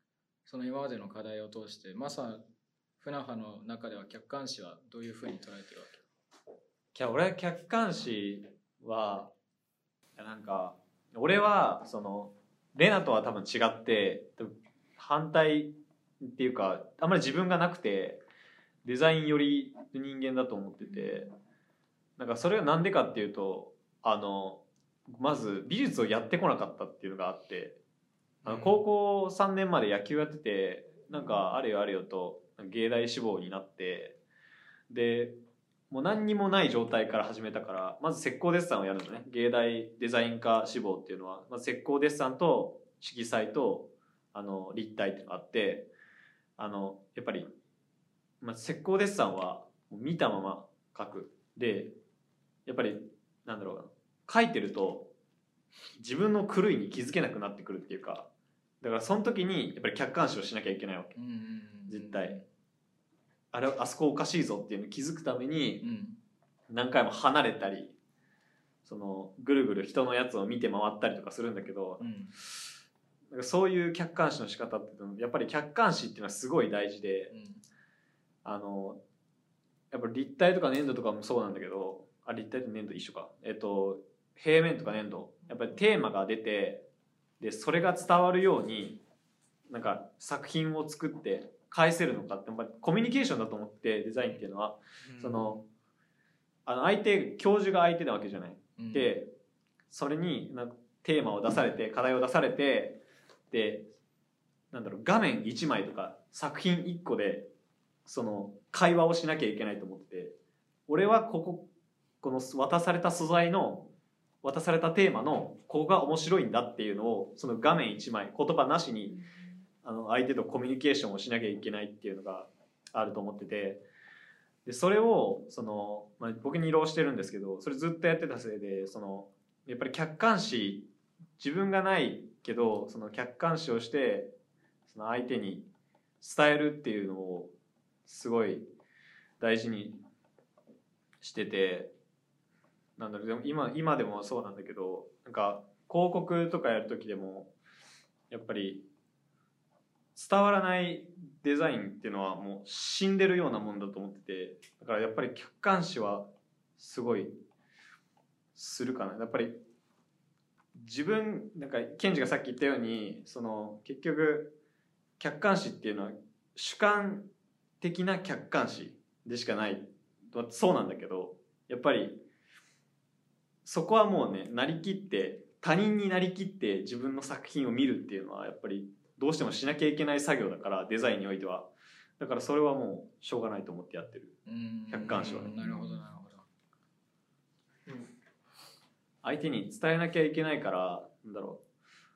その今までの課題を通してまさフナハの中では客観視はどういうふうに捉えてるわけ？ いや俺は客観視はいやなんか俺はそのレナとは多分違って反対っていうかあんまり自分がなくてデザイン寄りの人間だと思ってて、なんかそれはなんでかっていうとあのまず美術をやってこなかったっていうのがあって、あの高校さんねんまで野球やっててなんかあれよあれよと芸大志望になって、でもう何にもない状態から始めたから、まず石膏デッサンをやるのね。芸大デザイン科志望っていうのは、まず石膏デッサンと色彩とあの立体っていうのがあって、あのやっぱり、まあ、石膏デッサンは見たまま描く。でやっぱりなんだろうな、描いてると自分の狂いに気づけなくなってくるっていうか、だからその時にやっぱり客観視をしなきゃいけないわけ、絶対。あれあそこおかしいぞっていうのに気づくために何回も離れたり、そのぐるぐる人のやつを見て回ったりとかするんだけど、うん、なんかそういう客観視の仕方ってやっぱり客観視っていうのはすごい大事で、うん、あのやっぱり立体とか粘土とかもそうなんだけど、あ立体と粘土一緒か、えっと平面とか粘土やっぱりテーマが出て、でそれが伝わるようになんか作品を作って返せるのかって、コミュニケーションだと思ってデザインっていうのは、うん、そのあの相手教授が相手なわけじゃない、うん、でそれになんかテーマを出されて課題を出されて、でなんだろう画面いちまいとか作品いっこでその会話をしなきゃいけないと思ってて、俺はこここの渡された素材の渡されたテーマのここが面白いんだっていうのをその画面いちまい言葉なしにあの相手とコミュニケーションをしなきゃいけないっていうのがあると思ってて、でそれをその、まあ、僕に浪してるんですけど、それずっとやってたせいでそのやっぱり客観視、自分がないけどその客観視をしてその相手に伝えるっていうのをすごい大事にしてて、なんだろう、でも今今でもそうなんだけど、なんか広告とかやる時でもやっぱり伝わらないデザインっていうのはもう死んでるようなもんだと思ってて、だからやっぱり客観視はすごいするかな。やっぱり自分なんかケンジがさっき言ったように、その結局客観視っていうのは主観的な客観視でしかないそうなんだけど、やっぱりそこはもうねなりきって他人になりきって自分の作品を見るっていうのはやっぱりどうしてもしなきゃいけない作業だから、デザインにおいては。だからそれはもうしょうがないと思ってやってる、客観視はね。 なるほどなるほど、うん、 相手に伝えなきゃいけないから、なんだろ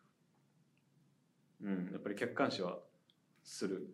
う、うんやっぱり客観視はする。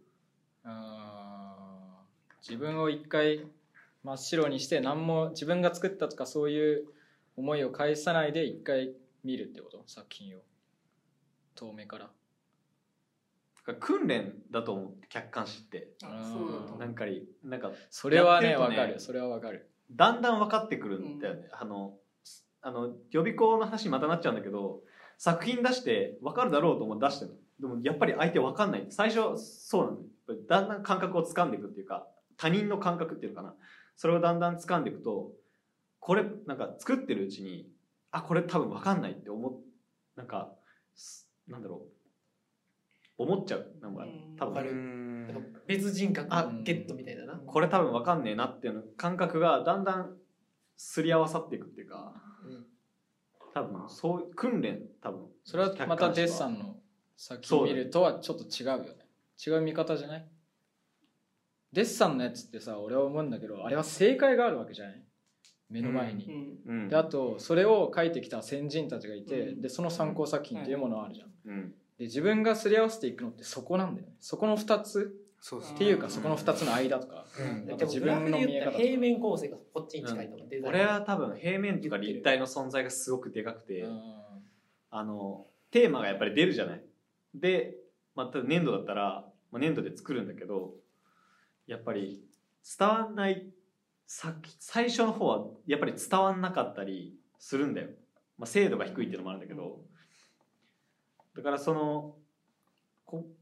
あ自分を一回真っ白にして何も自分が作ったとかそういう思いを返さないで一回見るってこと、作品を遠目から。 訓練だと思って客観視って。 あそうだなんかなんかそれはね分かる、それは分かる。 だんだん分かってくるんだよね、うん、あのあの予備校の話またなっちゃうんだけど、作品出して分かるだろうと思って出してるの。でもやっぱり相手分かんない。最初そうなの、だんだん感覚を掴んでいくっていうか、他人の感覚っていうのかな、それをだんだん掴んでいくと、これなんか作ってるうちにあこれ多分分かんないって思っなんかなんだろう思っちゃう。なんか多分なんか別人格ゲットみたいなな、 これ多分分かんねえなっていうの感覚がだんだんすり合わさっていくっていうか、うん、多分そう訓練、多分それはまたデッサンの先見るとはちょっと違うよね。違う見方じゃない？デッサンのやつってさ、俺は思うんだけど、あれは正解があるわけじゃない、目の前に、うん、であとそれを書いてきた先人たちがいて、うん、でその参考作品っていうものがあるじゃん、うん、で自分がすり合わせていくのってそこなんだよね。そこのふたつっていうか、そこのふたつの間とか、 うん、でも自分の見え方とか平面構成がこっちに近いと思う、 うん、俺は多分平面とか立体の存在がすごくでかくて、あのテーマがやっぱり出るじゃない。で、また粘土だったら、まあ、粘土で作るんだけど、やっぱり伝わんない、最初の方はやっぱり伝わんなかったりするんだよ、まあ、精度が低いっていうのもあるんだけど、だからそのこ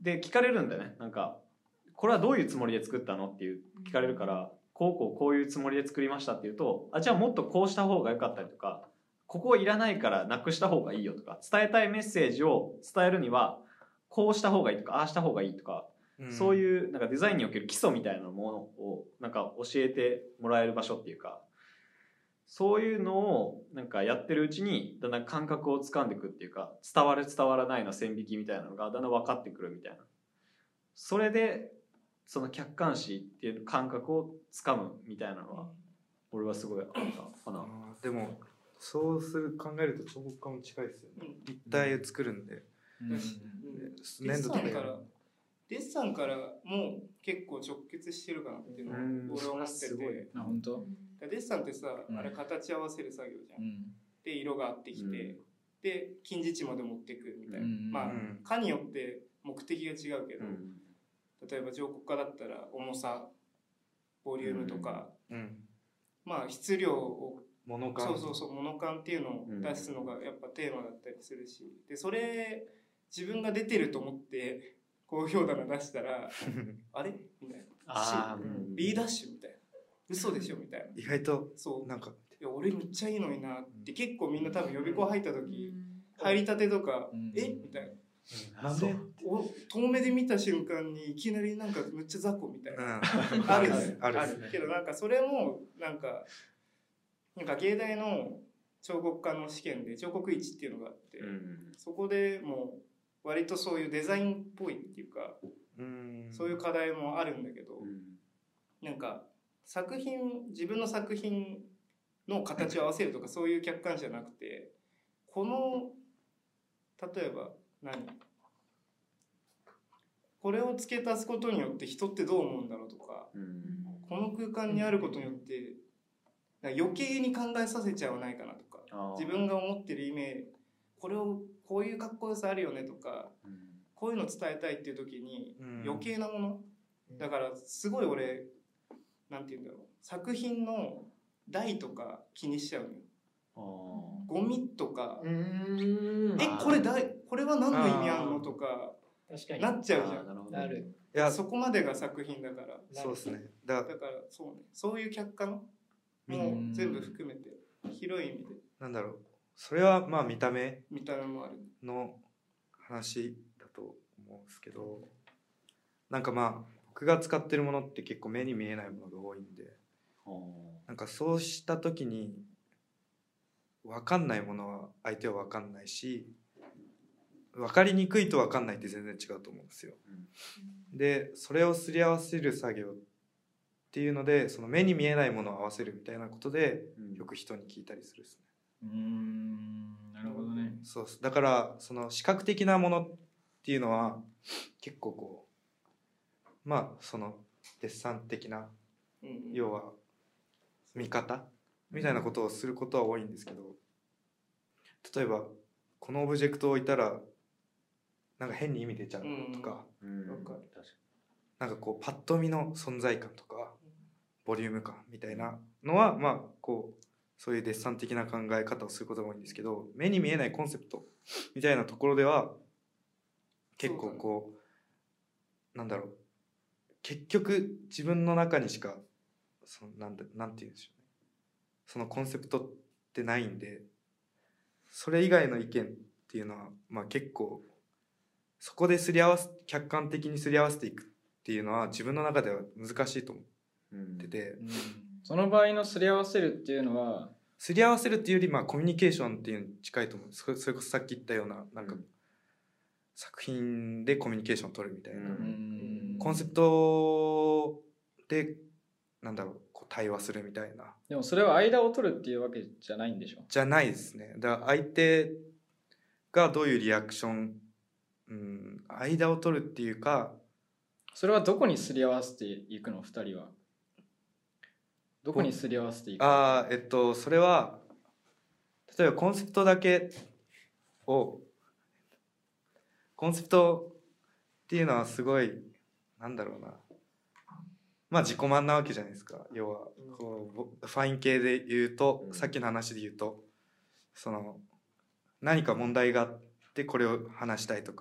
で聞かれるんだよね。なんかこれはどういうつもりで作ったのっていう聞かれるから、こうこうこういうつもりで作りましたっていうと、あじゃあもっとこうした方が良かったりとか、ここいらないからなくした方がいいよとか、伝えたいメッセージを伝えるにはこうした方がいいとか、ああした方がいいとか、うん、そういうなんかデザインにおける基礎みたいなものをなんか教えてもらえる場所っていうか、そういうのをなんかやってるうちにだんだん感覚をつかんでいくっていうか、伝わる伝わらないの線引きみたいなのがだんだん分かってくるみたいな、それでその客観視っていう感覚をつかむみたいなのは俺はすごいあったかな。 でもそうする考えると彫刻家も近いですよね、うん、立体を作るんで、うんうん、 粘土とかデッサンからも結構直結してるかなっていうのを俺は思ってて、 あ本当？ デッサンってさ、うん、あれ形合わせる作業じゃん、うん、で色が合ってきて、うん、で近似値まで持ってくるみたいな、うん、まあ科によって目的が違うけど、うん、例えば彫刻家だったら重さ、ボリュームとか、うん、まあ質量をモノ感、 そうそうそう、モノ感っていうのを出すのがやっぱテーマだったりするし、でそれ自分が出てると思って高評棚出したらあれみたいな、あ、うん、B ダッシュみたいな、嘘でしょみたいな、 意外とそうなんかいや俺めっちゃいいのになって結構みんな多分予備校入った時、入りたてとか、うん、えみたいな。なんでお遠目で見た瞬間にいきなりなんかめっちゃ雑魚みたいな、うん、あるねあるあるけど、なんかそれもなんかなんか芸大の彫刻家の試験で彫刻いちっていうのがあって、うん、そこでもう割とそういうデザインっぽいっていうか、うん、そういう課題もあるんだけど、うん、なんか作品自分の作品の形を合わせるとかそういう客観視じゃなくて、この例えば何これを付け足すことによって人ってどう思うんだろうとか、うん、この空間にあることによって余計に考えさせちゃわないかなとか、自分が思ってるイメージ、これをこういうかっこよさあるよねとか、うん、こういうの伝えたいっていう時に余計なもの、うん、だからすごい俺なんて言うんだろう、作品の台とか気にしちゃうのよ。ゴミとか、うーん、えこれだこれは何の意味あるのとか確かになっちゃうじゃん。なる。いやそこまでが作品だから。 そうですね。 だ, だからそうね、そういう客観もう全部含めて広い意味で。 なんだろう。それはまあ見た目見た目もあるの話だと思うんですけど、なんかまあ僕が使ってるものって結構目に見えないものが多いんで、なんかそうした時に分かんないものは相手は分かんないし、分かりにくいと分かんないって全然違うと思うんですよ、うん、でそれをすり合わせる作業っていうので、その目に見えないものを合わせるみたいなことで、うん、よく人に聞いたりするですね。 うーん、なるほどね。 そうだからその視覚的なものっていうのは結構こうまあそのデッサン的な、うん、要は見方みたいなことをすることは多いんですけど、例えばこのオブジェクトを置いたらなんか変に意味出ちゃうとか、うんうん、なんかこうパッと見の存在感とかボリューム感みたいなのはまあこうそういうデッサン的な考え方をすることが多いんですけど、目に見えないコンセプトみたいなところでは結構こうなんだろう、結局自分の中にしかそのなんだなんて言うんでしょうね、そのコンセプトってないんで、それ以外の意見っていうのはまあ結構そこですり合わせ客観的にすり合わせていくっていうのは自分の中では難しいと思ってて、うんうん、 その場合のすり合わせるっていうのはすり合わせるっていうよりまあコミュニケーションっていうのに近いと思うんです。それこそさっき言ったようななんか作品でコミュニケーションを取るみたいな、うん、コンセプトでなんだろうこう対話するみたいな。 でもそれは間を取るっていうわけじゃないんでしょ。 じゃないですね。だから相手がどういうリアクション、うん、間を取るっていうか、 それはどこにすり合わせていくのふたりは。どこにすり合わせていくの？ ああ、えっとそれは例えばコンセプトだけをコンセプトっていうのはすごいなんだろうな。まあ自己満なわけじゃないですか。要はこうファイン系で言うと、さっきの話で言うとその何か問題があってこれを話したいとか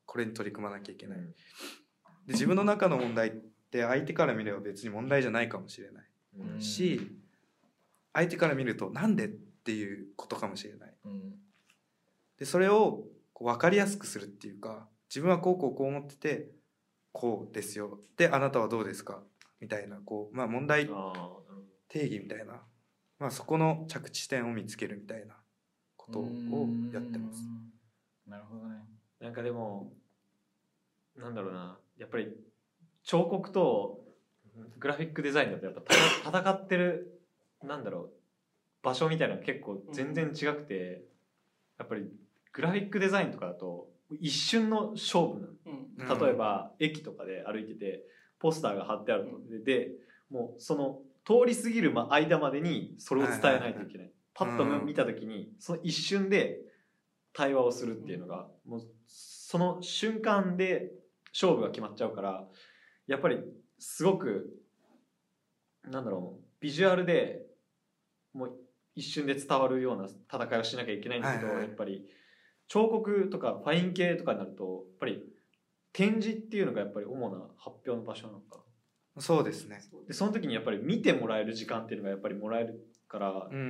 これに取り組まなきゃいけない。で自分の中の問題って相手から見れば別に問題じゃないかもしれない、うん、し相手から見るとなんでっていうことかもしれない、うん、でそれをこう分かりやすくするっていうか、自分はこうこうこう思っててこうですよ、であなたはどうですかみたいなこう、まあ、問題定義みたいな、まあ、そこの着地点を見つけるみたいなことをやってます。 なるほどね。 なんかでもなんだろうな、やっぱり彫刻とグラフィックデザインだとやっぱ戦ってるなんだろう場所みたいなの結構全然違くて、やっぱりグラフィックデザインとかだと一瞬の勝負なの、うん、例えば駅とかで歩いててポスターが貼ってあるの、うん、でもうその通り過ぎる間までにそれを伝えないといけない、パッと見た時にその一瞬で対話をするっていうのがもうその瞬間で勝負が決まっちゃうから、やっぱりすごくなんだろうビジュアルでもう一瞬で伝わるような戦いをしなきゃいけないんだけど、はいはい、やっぱり彫刻とかファイン系とかになるとやっぱり展示っていうのがやっぱり主な発表の場所なのか。 そうですね。 でその時にやっぱり見てもらえる時間っていうのがやっぱりもらえるから、うん、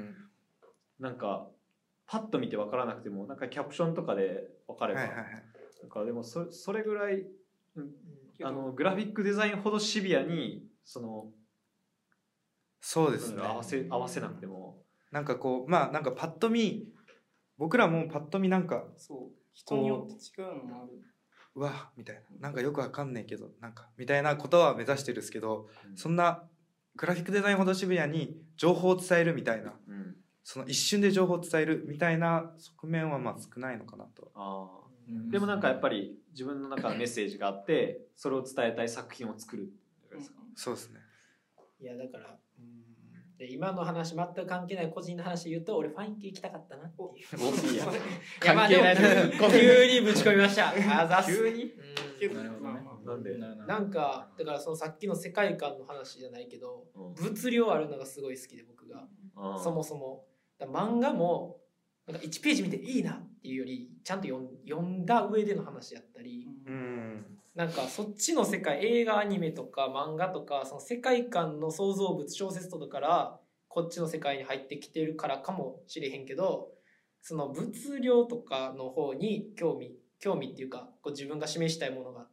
なんかパッと見て分からなくてもなんかキャプションとかで分かれば、はいはいはい、なんかでも そ, それぐらい、うん、あのグラフィックデザインほどシビアにそのそうですね、 合わせ合わせなくてもなんかこうまあなんかパッと見僕らもパッと見なんかそう人によって違うのもある、 うわみたいな、なんかよくわかんないけどなんかみたいなことは目指してるんですけど、うん、そんなグラフィックデザインほどシビアに情報を伝えるみたいな、うん、その一瞬で情報を伝えるみたいな側面はまあ少ないのかなと。あ、 うん、でもなんかやっぱり自分の中のメッセージがあってそれを伝えたい作品を作るですか、 うん、そうですね。 いやだからで今の話全く関係ない個人の話で言うと俺ファイン系行きたかったなっていういや関係ない急にぶち込みましたあざす急に、うん、なるほどね。なんでなんかだからそのさっきの世界観の話じゃないけど、うん、物量あるのがすごい好きで僕が、うん、そもそもだ漫画もなんかいちページ見ていいなっていうよりちゃんと読ん、読んだ上での話やったり、うん、なんかそっちの世界映画アニメとか漫画とかその世界観の創造物小説とかからこっちの世界に入ってきてるからかもしれへんけど、その物量とかの方に興味興味っていうかこう自分が示したいものがあって、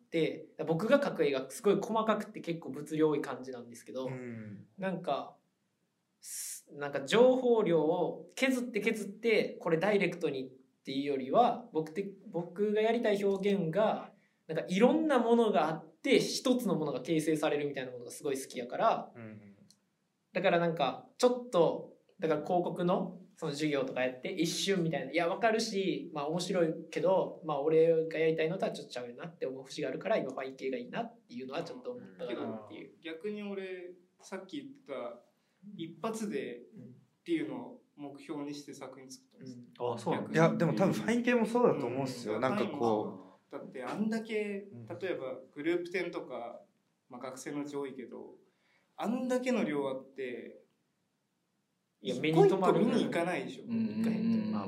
僕が描く絵がすごい細かくて結構物量多い感じなんですけど、うん、なんかなんか情報量を削って削ってこれダイレクトにっていうよりは僕て僕がやりたい表現がなんかいろんなものがあって一つのものが形成されるみたいなものがすごい好きやから、うん、だからなんかちょっとだから広告のその授業とかやって一瞬みたいないや分かるしまあ面白いけどまあ俺がやりたいのとはちょっとちゃうよなって思う節があるから今ファイン系がいいなっていうのはちょっと思ったかなっていう。 逆に俺さっき言った一発でっていうのを目標にして作品作ってます、うん、あそうなんいやでも多分ファイン系もそうだと思うんですよ、うん、なんかこうだってあんだけ例えばグループ展とか、まあ、学生のうち多いけどあんだけの量あっていや目に留まる見に行かないでしょ、うん、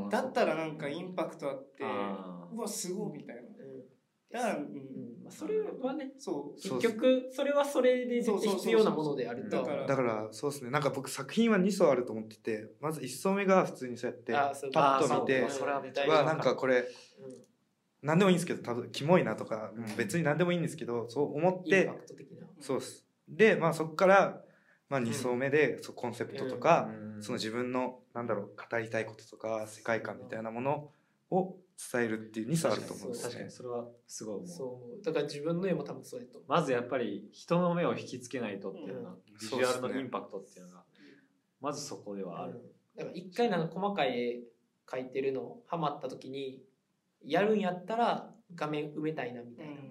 だったらなんかインパクトあってうわすごいみたいな、だから、うんうんまあ、それはねそう結局それはそれで絶対必要なものであると。 だからそうですね、なんか僕作品はに層あると思ってて、まずいち層目が普通にそうやってパッと見てはなんかこれ何でもいいんですけど多分キモいなとか別に何でもいいんですけどそう思ってそうですで、まあ、そこからまあに層目でそうコンセプトとかその自分のなんだろう語りたいこととか世界観みたいなものを伝えるっていうに層あると思うんですね。 確かにそれはすごい思う。 そうだから自分の絵も多分そうやとまずやっぱり人の目を引きつけないとっていうのは、うん、ビジュアルのインパクトっていうのがまずそこではある、うん、 だから一回なんか細かい絵描いてるのハマった時にやるんやったら画面埋めたいなみたいな、うん、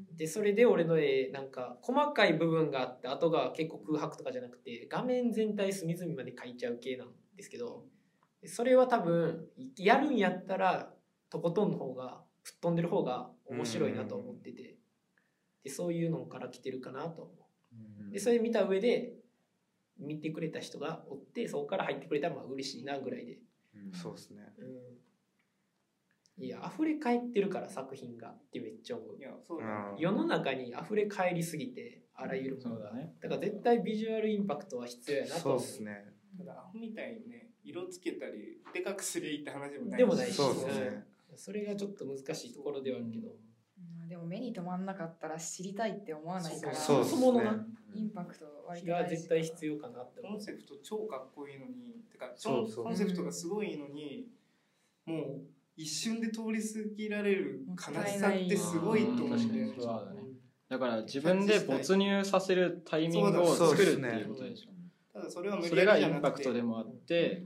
でそれで俺の絵なんか細かい部分があって後が結構空白とかじゃなくて画面全体隅々まで描いちゃう系なんですけど、それは多分やるんやったらとことんの方が吹っ飛んでる方が面白いなと思ってて、でそういうのから来てるかなと思う。でそれ見た上で見てくれた人がおってそこから入ってくれたらまあ嬉しいなぐらいで、 うん、そうですね、うん、 いや溢れ返ってるから作品がってめっちゃ思う。 いやそうだ、ね、 世の中に溢れ返りすぎてあらゆるものが、うん、だね、だから絶対ビジュアルインパクトは必要やなと思う。 そうですね。 ただアホみたいにね色つけたりでかくすりゃいいって話でもないし、 でもないし、 そうですね、 それがちょっと難しいところではあるけど、 うん、でも目に留まんなかったら知りたいって思わないから、 そうそもそものなインパクト割とが絶対必要かなって思う。 コンセプト超かっこいいのに、てかそうそうコンセプトがすごいのに、もう一瞬で通り過ぎられる悲しさってすごいと思うんだよね。 だから自分で没入させるタイミングを作るっていうことでしょ。 ただそれは無理それがインパクトでもあって、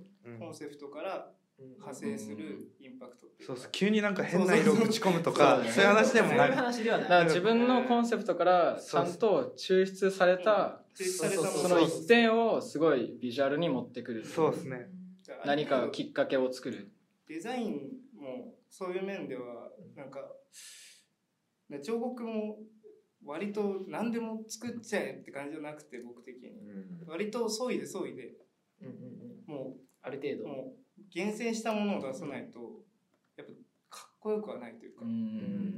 コンセプトから派生するインパクトっていうか、 そうそう、急になんか変な色をぶち込むとかそういう話でもない。 そういう話ではない。 だから自分のコンセプトからちゃんと抽出されたその一点をすごいビジュアルに持ってくる。 そうですね。 何かきっかけを作る。 デザインもそういう面ではなんか彫刻も割と何でも作っちゃえって感じじゃなくて、僕的に、うん、割と削いで削いで、うんうんうん、もうある程度もう厳選したものを出さないとやっぱかっこよくはないというか、うん、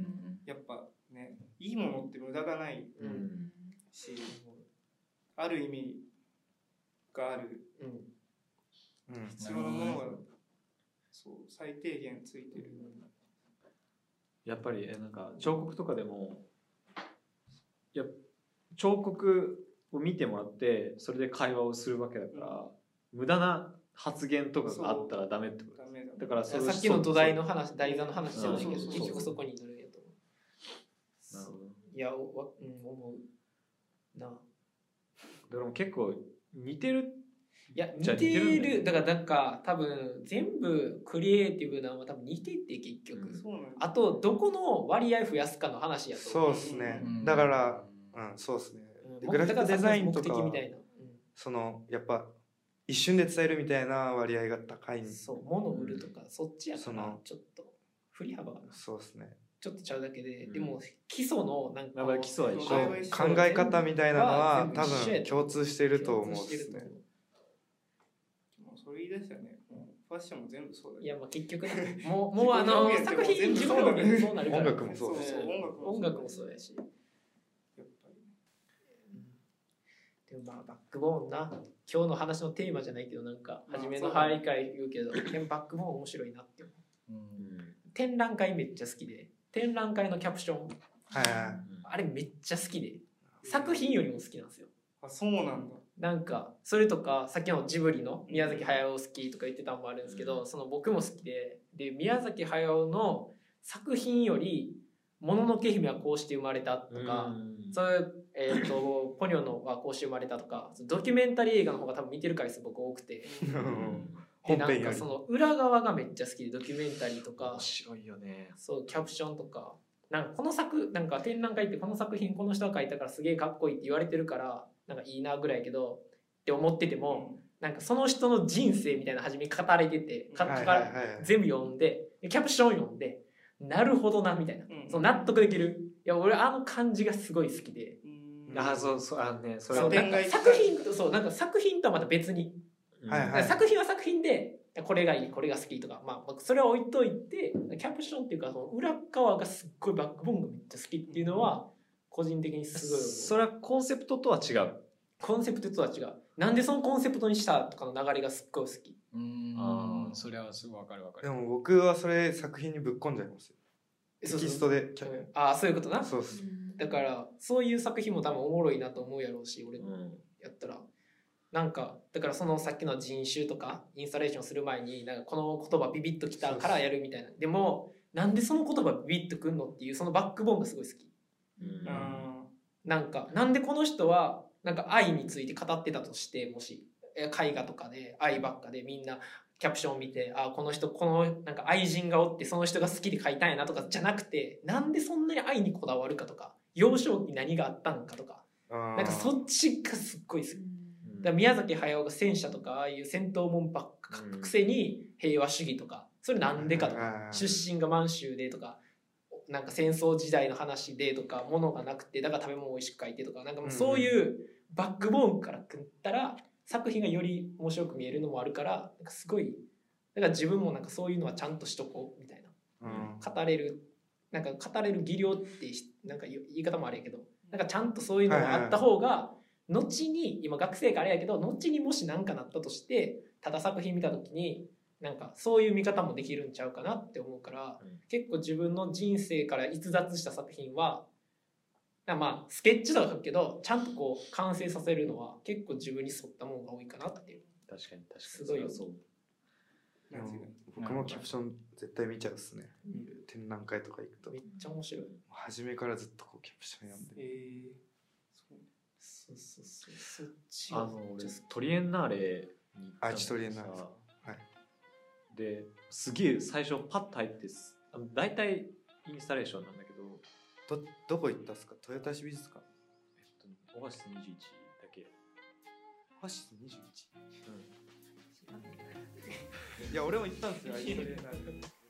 やっぱねいいものって無駄がないし、うん、ある意味がある、うん、必要なものがそう最低限ついてる。 やっぱりなんか彫刻とかでも、いや彫刻を見てもらってそれで会話をするわけだから、うん、無駄な発言とかがあったらダメってことだ。だからそれさっきの土台の話、台座の話じゃないけど、結局そこになるやと思う。なるほど。いや、わ、うん、思うな。だから結構似てる。 いや似てる、ね、だからなんか多分全部クリエイティブなのは多分似てて結局、うん、あとどこの割合増やすかの話やとそうですね、うん、だからうんそうですね、うん、グラフィックデザインとかみたいな、うん、 そのやっぱ一瞬で伝えるみたいな割合が高い。 そう物を売るとか、うん、そっちやからちょっと振り幅がそうですねちょっとちゃうだけで、うん、でも基礎のなんか基礎は一緒、 考え方みたいなのは多分共通していると思うんですね。 それ言い出したね。ファッションも全部そうだよ。 いやまあ結局ね、もうもうあの作品自分の見るそうなるから。 音楽もそうだし、 音楽もそうやし。やっぱり。でもまあバックボーンな、今日の話のテーマじゃないけどなんか初めの入りから言うけど、でもバックボーン面白いなって思う。展覧会めっちゃ好きで、展覧会のキャプション、あれめっちゃ好きで、作品よりも好きなんですよ。 あ、そうなんだ。 なんかそれとかさっきのジブリの宮崎駿好きとか言ってたのもあるんですけど、その僕も好きで、で宮崎駿の作品より「もののけ姫はこうして生まれた」とか、そういう、えー、とポニョのはこうして生まれたとか、ドキュメンタリー映画の方が多分見てる回数僕多くてでなんかその裏側がめっちゃ好きで、ドキュメンタリーとか面白いよね。 そうキャプションとか、なんかこの作なんか展覧会ってこの作品この人が描いたからすげえかっこいいって言われてるからなんかいいなぐらいやけどって思ってても、なんかその人の人生みたいな初めに語られてて、かか全部読んでキャプション読んでなるほどなみたいな、うん、その納得できる。いや俺あの感じがすごい好きで、 うん、あそうそうあのねそれそうなんか作品とそうなんか作品とはまた別に、はいはい、作品は作品でこれがいいこれが好きとか、まあ、それは置いといてキャプションっていうかその裏側がすっごいバックボーンがめっちゃ好きっていうのは個人的にすごい。 それはコンセプトとは違う。 コンセプトとは違う。なんでそのコンセプトにしたとかの流れがすっごい好き。 うん、あそれはすごいわかるわかる。 でも僕はそれ作品にぶっ込んじゃいますよ。テキストで。 そうそう、うん、ああそういうことな。 そうそう。 だからそういう作品も多分おもろいなと思うやろうし、俺やったら、うん、なんかだからそのさっきの人種とかインスタレーションする前になんかこの言葉ビビッときたからやるみたいな。でもなんでその言葉ビビッとくんのっていうそのバックボーンがすごい好き。うん、なんかなんでこの人はなんか愛について語ってたとして、もし絵画とかで愛ばっかでみんなキャプションを見て、あこの人このなんか愛人がおってその人が好きで描いたんやなとかじゃなくて、なんでそんなに愛にこだわるかとか幼少期何があったのかとか、なんかそっちがすっごい好き。だから宮崎駿が戦車とかああいう戦闘門ばっか描くくせに平和主義とか、それなんでかとか、出身が満州でとか、なんか戦争時代の話でとか、物がなくてだから食べ物を美味しく描いてとか、なんかもうそういうバックボーンから組ったら作品がより面白く見えるのもあるから、なんかすごいだから自分もなんかそういうのはちゃんとしとこうみたいな。 語れるなんか語れる技量ってなんか言い方もあれやけどなんかちゃんとそういうのがあった方が後に今学生からあれやけど後にもし何かなったとしてただ作品見た時になんかそういう見方もできるんちゃうかなって思うから、うん、結構自分の人生から逸脱した作品はまあスケッチとか書くけどちゃんとこう完成させるのは結構自分に沿ったものが多いかなっていう。 確かに確かにすごいよそう。 僕もキャプション絶対見ちゃうっすね。展覧会とか行くとめっちゃ面白い。 初めからずっとこうキャプション読んで。 えー、そうそうそうそっちあの俺トリエンナーレに行ったんですよ。あ、トリエンナーレ。はい。 ですげえ最初パッと入ってあの大体インスタレーションなんだけど。 どどこ行ったんですか？豊田市美術館。 えっとオアシスにじゅういちだけ。 オアシスにじゅういち。うん。いや俺も行ったんですよ。アイトリエンナーレ。